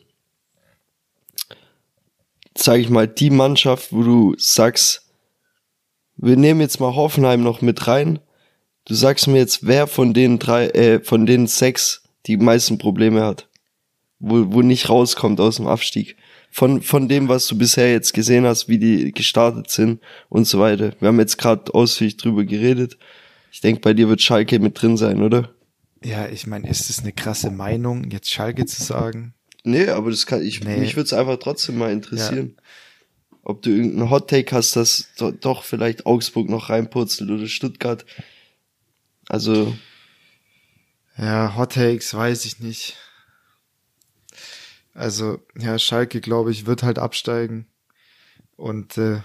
Speaker 2: sag ich mal, die Mannschaft, wo du sagst, wir nehmen jetzt mal Hoffenheim noch mit rein. Du sagst mir jetzt, wer von den drei, äh, von den sechs die meisten Probleme hat, wo, wo nicht rauskommt aus dem Abstieg. Von, von dem, was du bisher jetzt gesehen hast, wie die gestartet sind und so weiter. Wir haben jetzt gerade ausführlich drüber geredet. Ich denke, bei dir wird Schalke mit drin sein, oder?
Speaker 1: Ja, ich meine, ist das eine krasse Meinung, jetzt Schalke zu sagen?
Speaker 2: Nee, aber das kann ich, nee. Mich würde es einfach trotzdem mal interessieren. Ja. Ob du irgendeinen Hot-Take hast, dass do, doch vielleicht Augsburg noch reinpurzelt oder Stuttgart. Also.
Speaker 1: Ja, Hot-Takes weiß ich nicht. Also, ja, Schalke, glaube ich, wird halt absteigen. Und äh,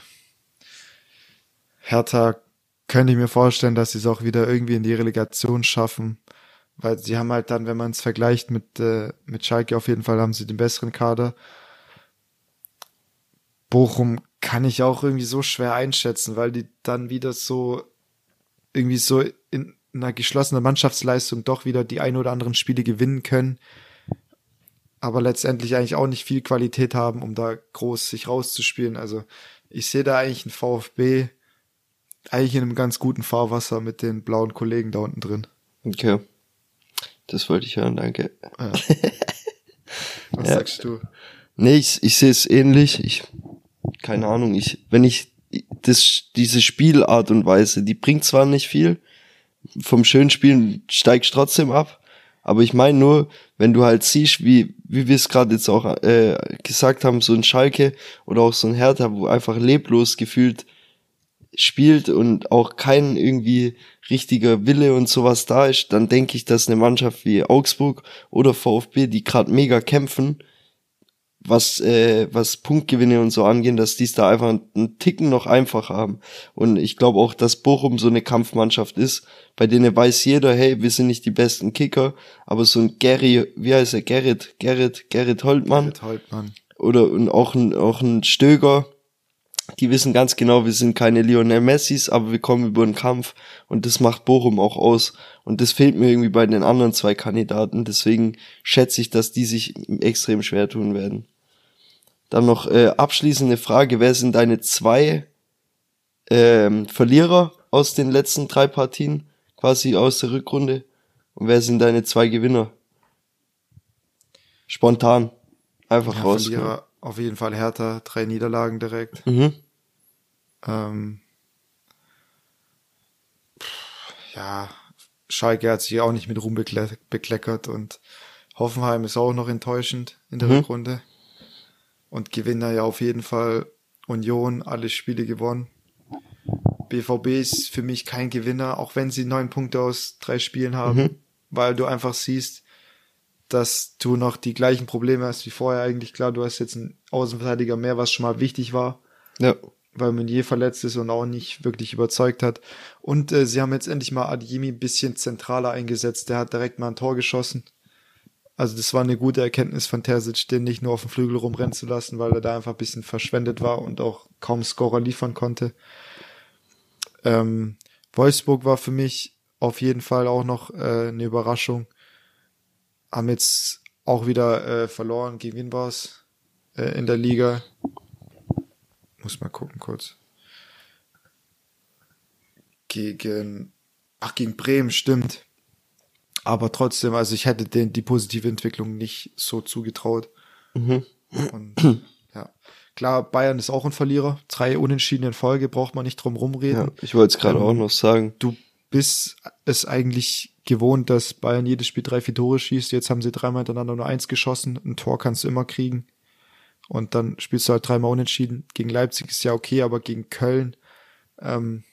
Speaker 1: Hertha könnte ich mir vorstellen, dass sie es auch wieder irgendwie in die Relegation schaffen. Weil sie haben halt dann, wenn man es vergleicht mit äh, mit Schalke, auf jeden Fall haben sie den besseren Kader. Bochum kann ich auch irgendwie so schwer einschätzen, weil die dann wieder so irgendwie so in einer geschlossenen Mannschaftsleistung doch wieder die ein oder anderen Spiele gewinnen können, aber letztendlich eigentlich auch nicht viel Qualität haben, um da groß sich rauszuspielen. Also ich sehe da eigentlich einen VfB eigentlich in einem ganz guten Fahrwasser mit den blauen Kollegen da unten drin.
Speaker 2: Okay. Das wollte ich hören, danke.
Speaker 1: Ja. Was
Speaker 2: Ja.
Speaker 1: sagst du?
Speaker 2: Nee, ich, ich sehe es ähnlich. Ich, keine Ahnung, ich, wenn ich das, diese Spielart und Weise, die bringt zwar nicht viel, vom schönen Spielen steigst trotzdem ab, aber ich meine nur, wenn du halt siehst, wie, wie wir es gerade jetzt auch äh, gesagt haben, so ein Schalke oder auch so ein Hertha, wo einfach leblos gefühlt spielt und auch kein irgendwie richtiger Wille und sowas da ist, dann denke ich, dass eine Mannschaft wie Augsburg oder VfB, die gerade mega kämpfen, was äh, was Punktgewinne und so angehen, dass die es da einfach einen Ticken noch einfacher haben. Und ich glaube auch, dass Bochum so eine Kampfmannschaft ist, bei denen weiß jeder, hey, wir sind nicht die besten Kicker, aber so ein Gary, wie heißt er, Gerrit, Gerrit, Gerrit Holtmann,
Speaker 1: Gerrit Holtmann.
Speaker 2: oder und auch ein auch ein Stöger, die wissen ganz genau, wir sind keine Lionel Messis, aber wir kommen über den Kampf und das macht Bochum auch aus. Und das fehlt mir irgendwie bei den anderen zwei Kandidaten, deswegen schätze ich, dass die sich extrem schwer tun werden. Dann noch äh, abschließende Frage, wer sind deine zwei ähm, Verlierer aus den letzten drei Partien, quasi aus der Rückrunde? Und wer sind deine zwei Gewinner? Spontan. Einfach
Speaker 1: Ja,
Speaker 2: raus.
Speaker 1: Verlierer auf jeden Fall Hertha, drei Niederlagen direkt.
Speaker 2: Mhm.
Speaker 1: Ähm, ja, Schalke hat sich auch nicht mit Ruhm bekle- bekleckert und Hoffenheim ist auch noch enttäuschend in der
Speaker 2: Mhm.
Speaker 1: Rückrunde. Und Gewinner ja auf jeden Fall Union, alle Spiele gewonnen. B V B ist für mich kein Gewinner, auch wenn sie neun Punkte aus drei Spielen haben,
Speaker 2: Mhm.
Speaker 1: weil du einfach siehst, dass du noch die gleichen Probleme hast wie vorher eigentlich. Klar, du hast jetzt einen Außenverteidiger mehr, was schon mal wichtig war,
Speaker 2: Ja.
Speaker 1: weil Meunier verletzt ist und auch nicht wirklich überzeugt hat. Und äh, sie haben jetzt endlich mal Adeyemi ein bisschen zentraler eingesetzt. Der hat direkt mal ein Tor geschossen. Also das war eine gute Erkenntnis von Terzic, den nicht nur auf dem Flügel rumrennen zu lassen, weil er da einfach ein bisschen verschwendet war und auch kaum Scorer liefern konnte. Ähm, Wolfsburg war für mich auf jeden Fall auch noch äh, eine Überraschung. Haben jetzt auch wieder äh, verloren. Gegen wen war's? Äh, in der Liga. Muss mal gucken kurz. Gegen, ach, gegen Bremen, stimmt. Aber trotzdem, also ich hätte denen die positive Entwicklung nicht so zugetraut.
Speaker 2: Mhm.
Speaker 1: Und ja, klar, Bayern ist auch ein Verlierer. Drei Unentschieden in Folge, braucht man nicht drum rumreden.
Speaker 2: Ja, ich wollte es gerade
Speaker 1: Ähm,
Speaker 2: auch noch sagen.
Speaker 1: Du bist es eigentlich gewohnt, dass Bayern jedes Spiel drei, vier Tore schießt. Jetzt haben sie dreimal hintereinander nur eins geschossen. Ein Tor kannst du immer kriegen. Und dann spielst du halt dreimal unentschieden. Gegen Leipzig ist ja okay, aber gegen Köln, ähm,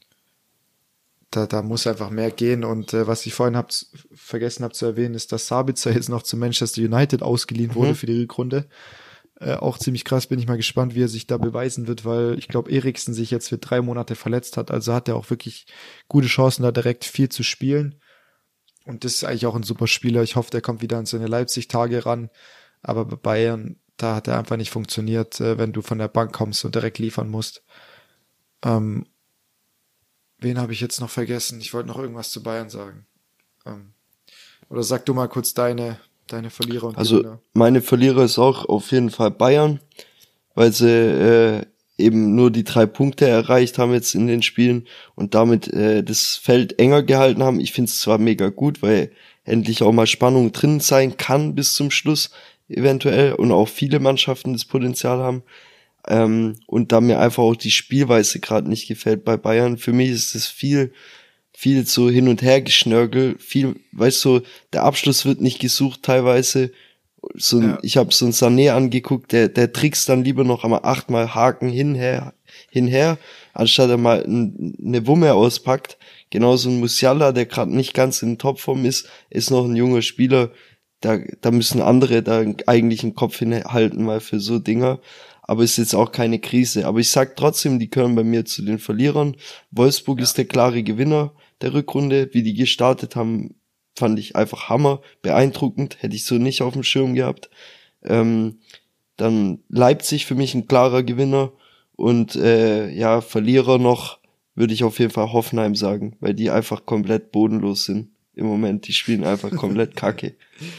Speaker 1: da, da muss einfach mehr gehen. Und äh, was ich vorhin hab, vergessen habe zu erwähnen, ist, dass Sabitzer jetzt noch zu Manchester United ausgeliehen wurde
Speaker 2: Mhm.
Speaker 1: für die Rückrunde. Äh, auch ziemlich krass, bin ich mal gespannt, wie er sich da beweisen wird, weil ich glaube, Eriksen sich jetzt für drei Monate verletzt hat. Also hat er auch wirklich gute Chancen, da direkt viel zu spielen. Und das ist eigentlich auch ein super Spieler. Ich hoffe, der kommt wieder an seine Leipzig-Tage ran. Aber bei Bayern, da hat er einfach nicht funktioniert, äh, wenn du von der Bank kommst und direkt liefern musst. Ähm, wen habe ich jetzt noch vergessen? Ich wollte noch irgendwas zu Bayern sagen. Ähm, oder sag du mal kurz deine, deine Verlierer und
Speaker 2: Also
Speaker 1: Gewinner.
Speaker 2: meine Verlierer ist auch auf jeden Fall Bayern, weil sie äh, eben nur die drei Punkte erreicht haben jetzt in den Spielen und damit äh, das Feld enger gehalten haben. Ich finde es zwar mega gut, weil endlich auch mal Spannung drin sein kann bis zum Schluss eventuell und auch viele Mannschaften das Potenzial haben. Ähm, und da mir einfach auch die Spielweise gerade nicht gefällt bei Bayern. Für mich ist es viel viel so hin und her geschnörgel, viel, weißt du, der Abschluss wird nicht gesucht teilweise. So ein,
Speaker 1: Ja.
Speaker 2: ich habe so ein Sané angeguckt, der der trickst dann lieber noch einmal achtmal Haken hinher, hinher, anstatt er mal n, eine Wumme auspackt. Genauso ein Musiala, der gerade nicht ganz in Topform ist, ist noch ein junger Spieler. Da da müssen andere da eigentlich einen Kopf hinhalten mal für so Dinger. Aber ist jetzt auch keine Krise. Aber ich sag trotzdem, die gehören bei mir zu den Verlierern. Wolfsburg
Speaker 1: Ja.
Speaker 2: ist der klare Gewinner der Rückrunde. Wie die gestartet haben, fand ich einfach Hammer, beeindruckend. Hätte ich so nicht auf dem Schirm gehabt. Ähm, dann Leipzig für mich ein klarer Gewinner. Und äh, ja, Verlierer noch, würde ich auf jeden Fall Hoffenheim sagen, weil die einfach komplett bodenlos sind im Moment. Die spielen einfach komplett kacke.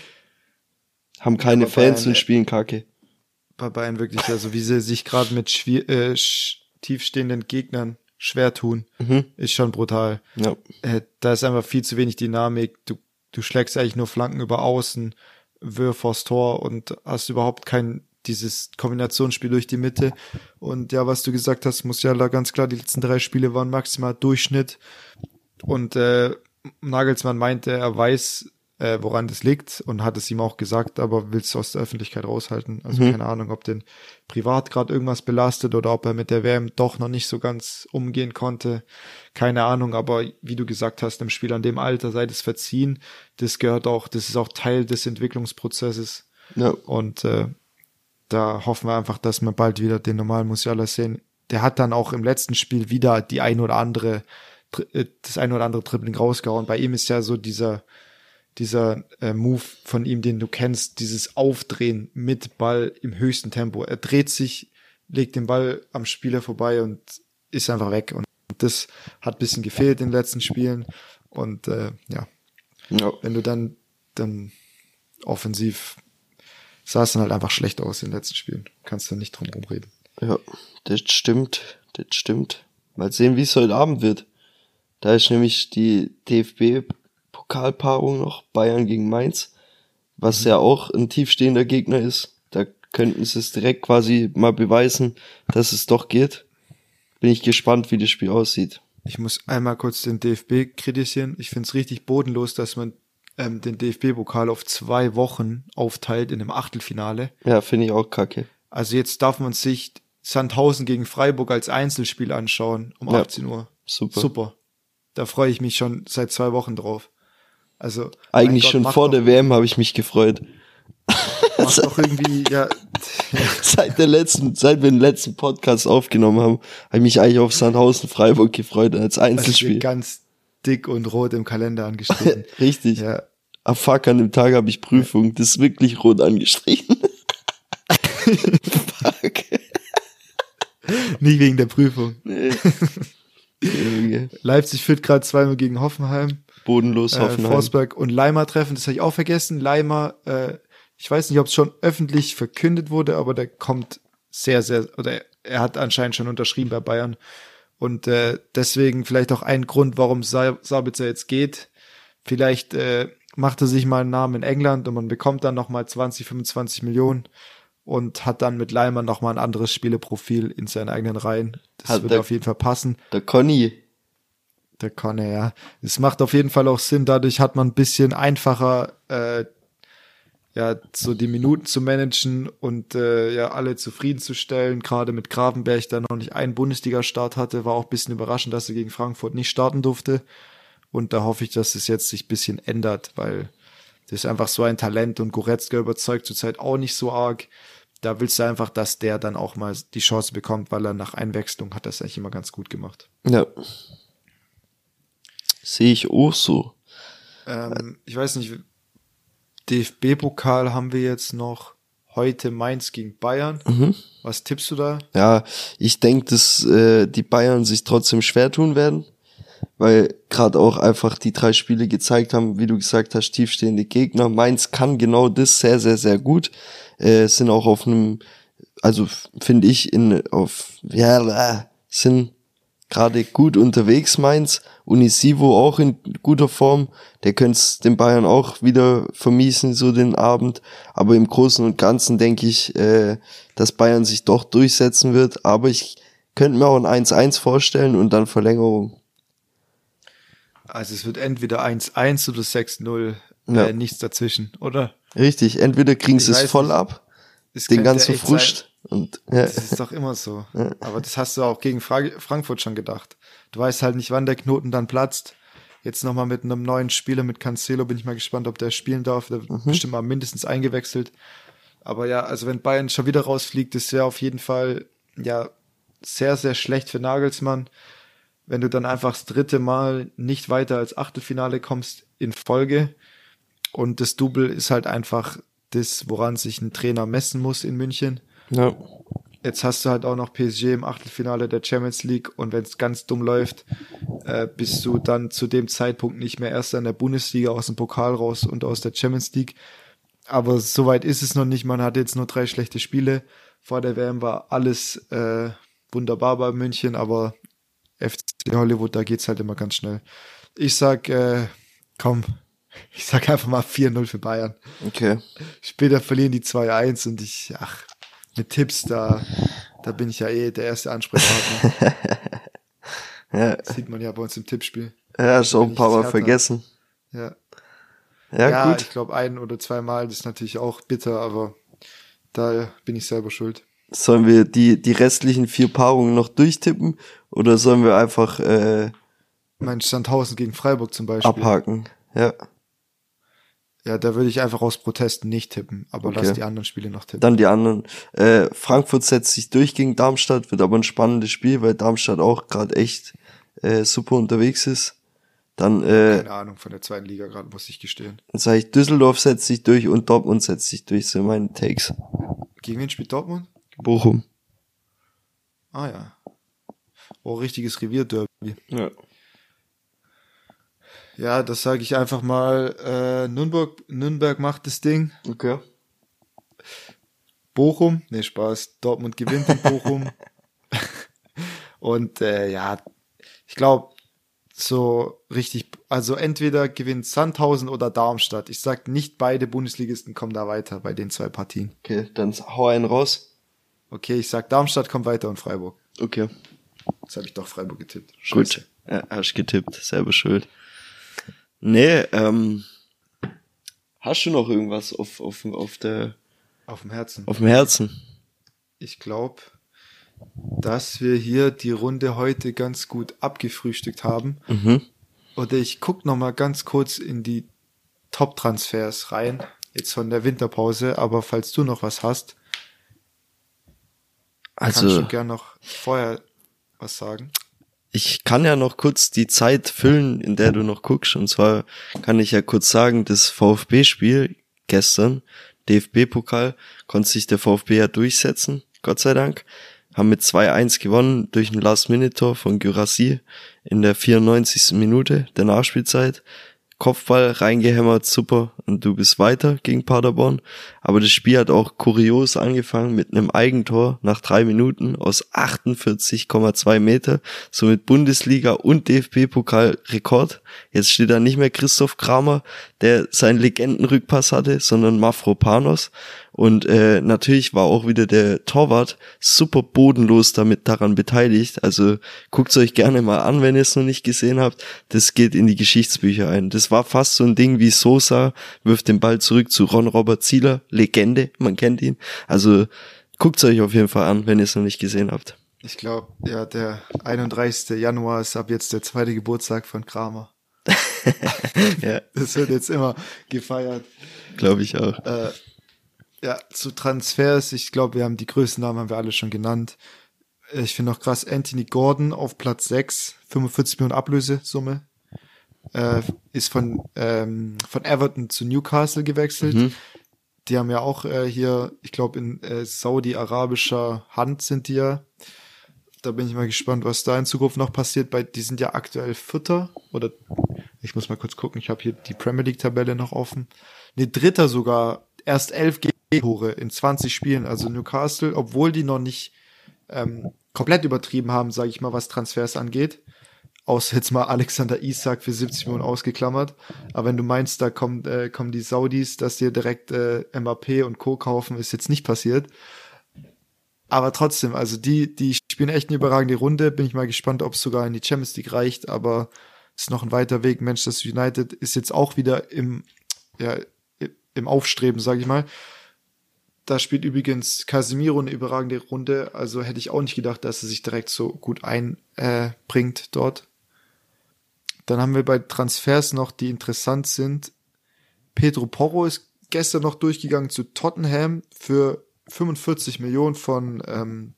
Speaker 2: Haben keine
Speaker 1: Ja,
Speaker 2: Fans
Speaker 1: Bayern,
Speaker 2: und spielen kacke.
Speaker 1: Bei Bayern wirklich, also wie sie sich gerade mit schwier- äh, sch- tiefstehenden Gegnern schwer tun,
Speaker 2: Mhm.
Speaker 1: ist schon brutal.
Speaker 2: Ja.
Speaker 1: Äh, da ist einfach viel zu wenig Dynamik. Du, du schlägst eigentlich nur Flanken über Außen, wirf vors Tor und hast überhaupt kein dieses Kombinationsspiel durch die Mitte. Und ja, was du gesagt hast, Musiala, ganz klar, die letzten drei Spiele waren maximal Durchschnitt. Und äh, Nagelsmann meinte, er weiß, äh, woran das liegt und hat es ihm auch gesagt, aber will es aus der Öffentlichkeit raushalten. Also
Speaker 2: Mhm.
Speaker 1: keine Ahnung, ob den privat gerade irgendwas belastet oder ob er mit der W M doch noch nicht so ganz umgehen konnte. Keine Ahnung, aber wie du gesagt hast, im Spiel an dem Alter sei das verziehen. Das gehört auch, das ist auch Teil des Entwicklungsprozesses.
Speaker 2: Ja.
Speaker 1: Und äh, da hoffen wir einfach, dass wir bald wieder den normalen Musiala sehen. Der hat dann auch im letzten Spiel wieder die ein oder andere, das ein oder andere Dribbling rausgehauen. Bei ihm ist ja so dieser, dieser äh, Move von ihm, den du kennst, dieses Aufdrehen mit Ball im höchsten Tempo. Er dreht sich, legt den Ball am Spieler vorbei und ist einfach weg. Und das hat ein bisschen gefehlt in den letzten Spielen. Und äh, ja,
Speaker 2: Ja.
Speaker 1: wenn du dann, dann offensiv sah es dann halt einfach schlecht aus in den letzten Spielen. Kannst du nicht drum rumreden.
Speaker 2: Ja, das stimmt, das stimmt. Mal sehen, wie es heute Abend wird. Da ist nämlich die D F B-Pokalpaarung noch, Bayern gegen Mainz, was ja auch ein tiefstehender Gegner ist. Da könnten sie es direkt quasi mal beweisen, dass es doch geht. Bin ich gespannt, wie das Spiel aussieht.
Speaker 1: Ich muss einmal kurz den D F B kritisieren. Ich finde es richtig bodenlos, dass man ähm, den D F B-Pokal auf zwei Wochen aufteilt in einem Achtelfinale.
Speaker 2: Ja, finde ich auch kacke.
Speaker 1: Also jetzt darf man sich Sandhausen gegen Freiburg als Einzelspiel anschauen um
Speaker 2: Ja,
Speaker 1: achtzehn Uhr.
Speaker 2: super.
Speaker 1: Super. Da freue ich mich schon seit zwei Wochen drauf. Also
Speaker 2: Eigentlich
Speaker 1: mein Gott,
Speaker 2: schon
Speaker 1: mach
Speaker 2: vor
Speaker 1: doch,
Speaker 2: der W M habe ich mich gefreut.
Speaker 1: mach doch irgendwie, ja,
Speaker 2: Seit der letzten, seit wir den letzten Podcast aufgenommen haben, habe ich mich eigentlich auf Sandhausen Freiburg gefreut als
Speaker 1: also
Speaker 2: Einzelspiel.
Speaker 1: ganz dick und rot im Kalender angestrichen.
Speaker 2: Richtig.
Speaker 1: Ja,
Speaker 2: Ah fuck, an dem Tag habe ich Prüfung. Das ist wirklich rot angestrichen. Fuck.
Speaker 1: nicht wegen der Prüfung.
Speaker 2: Nee. Junge.
Speaker 1: Leipzig führt gerade zwei null gegen Hoffenheim.
Speaker 2: Bodenlos
Speaker 1: Äh,
Speaker 2: Hoffenheim.
Speaker 1: Forsberg und Leimer treffen, das habe ich auch vergessen. Leimer, äh, ich weiß nicht, ob es schon öffentlich verkündet wurde, aber der kommt sehr, sehr, oder er hat anscheinend schon unterschrieben bei Bayern. Und äh, deswegen vielleicht auch ein Grund, warum Sa- Sabitzer jetzt geht. Vielleicht äh, macht er sich mal einen Namen in England und man bekommt dann nochmal zwanzig, fünfundzwanzig Millionen und hat dann mit Leimer nochmal ein anderes Spieleprofil in seinen eigenen Reihen. Das
Speaker 2: Hat
Speaker 1: würde
Speaker 2: der-
Speaker 1: auf jeden Fall passen.
Speaker 2: Der Conny.
Speaker 1: Der kann er, ja. Es macht auf jeden Fall auch Sinn, dadurch hat man ein bisschen einfacher, äh, ja, so die Minuten zu managen und äh, ja, alle zufriedenzustellen. Gerade mit Gravenberch, der noch nicht einen Bundesliga-Start hatte, war auch ein bisschen überraschend, dass er gegen Frankfurt nicht starten durfte. Und da hoffe ich, dass es jetzt sich ein bisschen ändert, weil das ist einfach so ein Talent und Goretzka überzeugt zurzeit auch nicht so arg. Da willst du einfach, dass der dann auch mal die Chance bekommt, weil er nach Einwechslung hat das eigentlich immer ganz gut gemacht.
Speaker 2: Ja. Sehe ich auch so.
Speaker 1: Ähm, ich weiß nicht, D F B-Pokal haben wir jetzt noch heute Mainz gegen Bayern.
Speaker 2: Mhm.
Speaker 1: Was tippst du da?
Speaker 2: Ja, ich denke, dass äh, die Bayern sich trotzdem schwer tun werden, weil gerade auch einfach die drei Spiele gezeigt haben, wie du gesagt hast, tiefstehende Gegner. Mainz kann genau das sehr, sehr, sehr gut. Äh, sind auch auf einem, also finde ich, in auf ja, äh, sind gerade gut unterwegs, Mainz. Unisivo auch in guter Form. Der könnte es den Bayern auch wieder vermiesen, so den Abend. Aber im Großen und Ganzen denke ich, äh, dass Bayern sich doch durchsetzen wird. Aber ich könnte mir auch ein eins eins vorstellen und dann Verlängerung.
Speaker 1: Also es wird entweder eins eins oder sechs null.
Speaker 2: Ja.
Speaker 1: Äh, nichts dazwischen, oder?
Speaker 2: Richtig, entweder kriegen
Speaker 1: Ich
Speaker 2: sie es
Speaker 1: weiß
Speaker 2: voll
Speaker 1: nicht.
Speaker 2: ab,
Speaker 1: Es
Speaker 2: den
Speaker 1: könnte
Speaker 2: ganzen
Speaker 1: echt
Speaker 2: Frust. Und ja,
Speaker 1: Das ist doch immer so. Aber das hast du auch gegen Fra- Frankfurt schon gedacht. Du weißt halt nicht, wann der Knoten dann platzt. Jetzt nochmal mit einem neuen Spieler, mit Cancelo, bin ich mal gespannt, ob der spielen darf. Der wird bestimmt mal mindestens eingewechselt. Aber ja, also wenn Bayern schon wieder rausfliegt, das wäre auf jeden Fall ja sehr, sehr schlecht für Nagelsmann. Wenn du dann einfach das dritte Mal nicht weiter als Achtelfinale kommst in Folge. Und das Double ist halt einfach das, woran sich ein Trainer messen muss in München.
Speaker 2: ja,
Speaker 1: jetzt hast du halt auch noch P S G im Achtelfinale der Champions League und wenn es ganz dumm läuft, äh, bist du dann zu dem Zeitpunkt nicht mehr Erster in der Bundesliga, aus dem Pokal raus und aus der Champions League. Aber soweit ist es noch nicht. Man hat jetzt nur drei schlechte Spiele. Vor der W M war alles äh, wunderbar bei München, aber F C Hollywood, da geht's halt immer ganz schnell. Ich sag, äh, komm, ich sag einfach mal vier null für Bayern.
Speaker 2: Okay.
Speaker 1: Später verlieren die zwei eins und ich, ach, mit Tipps, da, da bin ich ja eh der erste Ansprechpartner.
Speaker 2: Ja.
Speaker 1: Das sieht man ja bei uns im Tippspiel.
Speaker 2: Ja, hast auch ein paar Mal vergessen.
Speaker 1: Ja.
Speaker 2: Ja,
Speaker 1: ja
Speaker 2: gut.
Speaker 1: Ich glaube, ein oder zweimal, das ist natürlich auch bitter, aber da bin ich selber schuld.
Speaker 2: Sollen wir die, die restlichen vier Paarungen noch durchtippen oder sollen wir einfach äh,
Speaker 1: Mein Sandhausen gegen Freiburg zum Beispiel.
Speaker 2: abhaken? Ja.
Speaker 1: Ja, da würde ich einfach aus Protest nicht tippen, aber
Speaker 2: Okay.
Speaker 1: lass die anderen Spiele noch tippen.
Speaker 2: Dann die anderen. Äh, Frankfurt setzt sich durch gegen Darmstadt, wird aber ein spannendes Spiel, weil Darmstadt auch gerade echt äh, super unterwegs ist. Dann äh,
Speaker 1: Keine Ahnung von der zweiten Liga gerade, muss ich gestehen.
Speaker 2: dann sage ich, Düsseldorf setzt sich durch und Dortmund setzt sich durch, sind meine Takes.
Speaker 1: Gegen wen spielt Dortmund?
Speaker 2: Bochum.
Speaker 1: Ah ja. Oh, richtiges Revierderby.
Speaker 2: Ja.
Speaker 1: Ja, das sage ich einfach mal. Äh, Nürnberg, Nürnberg macht das Ding.
Speaker 2: Okay.
Speaker 1: Bochum, nee, Spaß. Dortmund gewinnt in Bochum. Und äh, ja, ich glaube, so richtig, also entweder gewinnt Sandhausen oder Darmstadt. Ich sag nicht, beide Bundesligisten kommen da weiter bei den zwei Partien.
Speaker 2: Okay, dann hau einen raus.
Speaker 1: Okay, ich sag, Darmstadt kommt weiter und Freiburg.
Speaker 2: Okay.
Speaker 1: Jetzt habe ich doch Freiburg getippt.
Speaker 2: Gut. Ja, hast getippt, selber schuld. Nee, ähm, hast du noch irgendwas auf, auf, auf der,
Speaker 1: Auf dem Herzen.
Speaker 2: auf dem Herzen?
Speaker 1: Ich glaube, dass wir hier die Runde heute ganz gut abgefrühstückt haben.
Speaker 2: Mhm.
Speaker 1: Oder ich guck noch mal ganz kurz in die Top-Transfers rein, jetzt von der Winterpause, aber falls du noch was hast, kannst
Speaker 2: Also,
Speaker 1: du gern noch vorher was sagen.
Speaker 2: ich kann ja noch kurz die Zeit füllen, in der du noch guckst. Und zwar kann ich ja kurz sagen, das VfB-Spiel gestern, D F B-Pokal, konnte sich der VfB ja durchsetzen, Gott sei Dank. Haben mit zwei eins gewonnen durch ein Last-Minute-Tor von Guirassy in der vierundneunzigsten Minute der Nachspielzeit. Kopfball reingehämmert, super, und du bist weiter gegen Paderborn. Aber das Spiel hat auch kurios angefangen mit einem Eigentor nach drei Minuten aus achtundvierzig Komma zwei Meter, somit Bundesliga und D F B-Pokal-Rekord. Jetzt steht da nicht mehr Christoph Kramer, der seinen Legendenrückpass hatte, sondern Mavropanos. Und äh, natürlich war auch wieder der Torwart super bodenlos damit daran beteiligt. Also guckt's euch gerne mal an, wenn ihr es noch nicht gesehen habt. Das geht in die Geschichtsbücher ein. Das war fast so ein Ding wie Sosa wirft den Ball zurück zu Ron-Robert Zieler, Legende, man kennt ihn. Also guckt's euch auf jeden Fall an, wenn ihr es noch nicht gesehen habt.
Speaker 1: Ich glaube, ja, der einunddreißigste Januar ist ab jetzt der zweite Geburtstag von Kramer.
Speaker 2: Ja,
Speaker 1: Das wird jetzt immer gefeiert.
Speaker 2: glaube ich auch.
Speaker 1: Äh, ja, zu Transfers, ich glaube, wir haben die größten Namen haben wir alle schon genannt. Ich finde noch krass, Anthony Gordon auf Platz sechs, fünfundvierzig Millionen Ablösesumme, äh, ist von ähm, von Everton zu Newcastle gewechselt.
Speaker 2: Mhm.
Speaker 1: Die haben ja auch äh, hier, ich glaube, in äh, saudi-arabischer Hand sind die ja. Da bin ich mal gespannt, was da in Zukunft noch passiert. Bei, die sind ja aktuell Vierter oder ich muss mal kurz gucken, ich habe hier die Premier League Tabelle noch offen. Nee, Dritter sogar, erst elf Tore in zwanzig Spielen, also Newcastle, obwohl die noch nicht ähm, komplett übertrieben haben, sage ich mal, was Transfers angeht. Außer jetzt mal Alexander Isak für siebzig Millionen ausgeklammert. Aber wenn du meinst, da kommt, äh, kommen die Saudis, dass dir direkt äh, Mbappé und Co. kaufen, ist jetzt nicht passiert. Aber trotzdem, also die, die spielen echt eine überragende Runde. Bin ich mal gespannt, ob es sogar in die Champions League reicht, aber ist noch ein weiter Weg. Manchester United ist jetzt auch wieder im, ja, im Aufstreben, sage ich mal. Da spielt übrigens Casemiro eine überragende Runde, also hätte ich auch nicht gedacht, dass er sich direkt so gut einbringt äh, dort. Dann haben wir bei Transfers noch, die interessant sind. Pedro Porro ist gestern noch durchgegangen zu Tottenham für fünfundvierzig Millionen von ähm,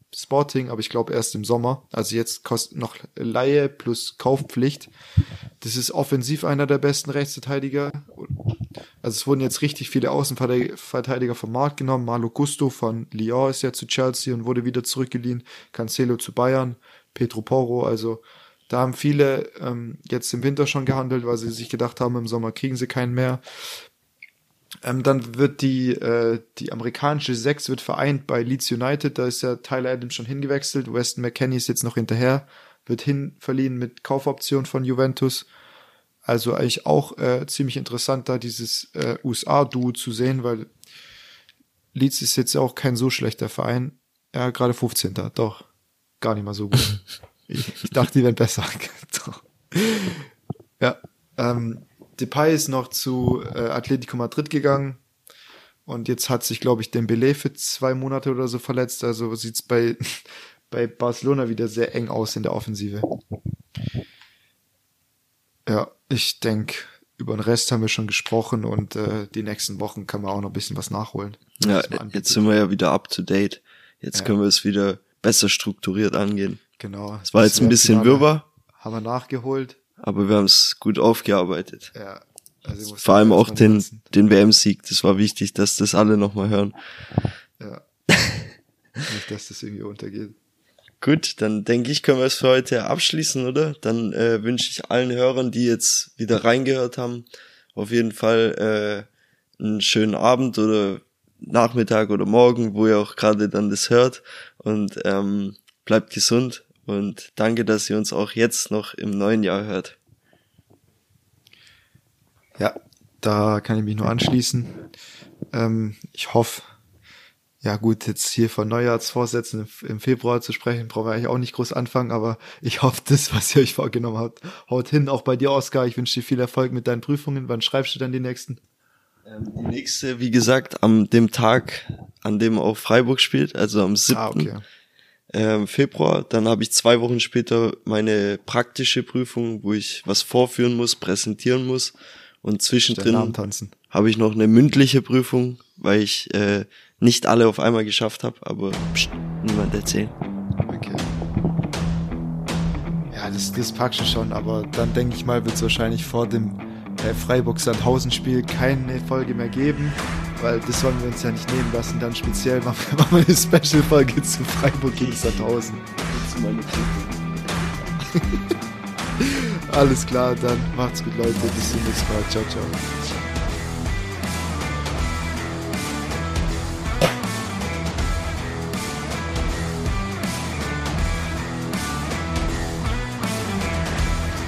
Speaker 1: Sporting, aber ich glaube erst im Sommer. Also jetzt kostet noch Leihe plus Kaufpflicht. Das ist offensiv einer der besten Rechtsverteidiger. Also es wurden jetzt richtig viele Außenverteidiger vom Markt genommen. Malo Gusto von Lyon ist ja zu Chelsea und wurde wieder zurückgeliehen. Cancelo zu Bayern. Pedro Porro, also da haben viele ähm, jetzt im Winter schon gehandelt, weil sie sich gedacht haben, im Sommer kriegen sie keinen mehr. Ähm, dann wird die äh, die amerikanische Sechs wird vereint bei Leeds United, da ist ja Tyler Adams schon hingewechselt, Weston McKennie ist jetzt noch hinterher, wird hinverliehen mit Kaufoption von Juventus. Also eigentlich auch äh, ziemlich interessant, da dieses äh, U S A-Duo zu sehen, weil Leeds ist jetzt auch kein so schlechter Verein. Ja, gerade fünfzehnter Doch, gar nicht mal so gut. ich, ich dachte, die wären besser. ja, ähm, Depay ist noch zu äh, Atletico Madrid gegangen und jetzt hat sich, glaube ich, Dembélé für zwei Monate oder so verletzt. Also sieht's bei bei Barcelona wieder sehr eng aus in der Offensive. Ja, ich denke, über den Rest haben wir schon gesprochen und äh, die nächsten Wochen kann man auch noch ein bisschen was nachholen.
Speaker 2: Ja, jetzt sind wir ja wieder up to date. Jetzt
Speaker 1: ja. können
Speaker 2: wir es wieder besser strukturiert angehen.
Speaker 1: Genau.
Speaker 2: Es war jetzt ein bisschen wirrwarr.
Speaker 1: Haben wir nachgeholt.
Speaker 2: Aber wir haben es gut aufgearbeitet.
Speaker 1: Ja. Also
Speaker 2: vor allem auch den, den W M-Sieg. Das war wichtig, dass das alle nochmal hören.
Speaker 1: Ja. Nicht, dass das irgendwie untergeht.
Speaker 2: Gut, dann denke ich, können wir es für heute abschließen, oder? Dann äh, wünsche ich allen Hörern, die jetzt wieder reingehört haben, auf jeden Fall äh, einen schönen Abend oder Nachmittag oder Morgen, wo ihr auch gerade dann das hört. Und ähm, bleibt gesund. Und danke, dass ihr uns auch jetzt noch im neuen Jahr hört.
Speaker 1: Ja, da kann ich mich nur anschließen. Ähm, ich hoffe, ja gut, jetzt hier von Neujahrsvorsätzen im Februar zu sprechen, brauchen wir eigentlich auch nicht groß anfangen, aber ich hoffe, das, was ihr euch vorgenommen habt, haut hin. Auch bei dir, Oskar, ich wünsche dir viel Erfolg mit deinen Prüfungen. Wann schreibst du dann die nächsten?
Speaker 2: Ähm, die nächste, wie gesagt, am dem Tag, an dem auch Freiburg spielt, also am siebten
Speaker 1: Ah, okay.
Speaker 2: Ähm, Februar. Dann habe ich zwei Wochen später meine praktische Prüfung, wo ich was vorführen muss, präsentieren muss. Und zwischendrin habe ich noch eine mündliche Prüfung, weil ich äh, nicht alle auf einmal geschafft habe, aber pst, niemand erzählen.
Speaker 1: Okay. Ja, das, das packst du schon, aber dann denke ich mal, wird es wahrscheinlich vor dem äh, Freiburg-Sandhausen-Spiel keine Folge mehr geben, weil das wollen wir uns ja nicht nehmen lassen. Dann speziell machen wir mal eine Special-Folge zu Freiburg gegen Sandhausen. Alles klar, dann macht's gut, Leute. Bis zum nächsten Mal. Ciao, ciao.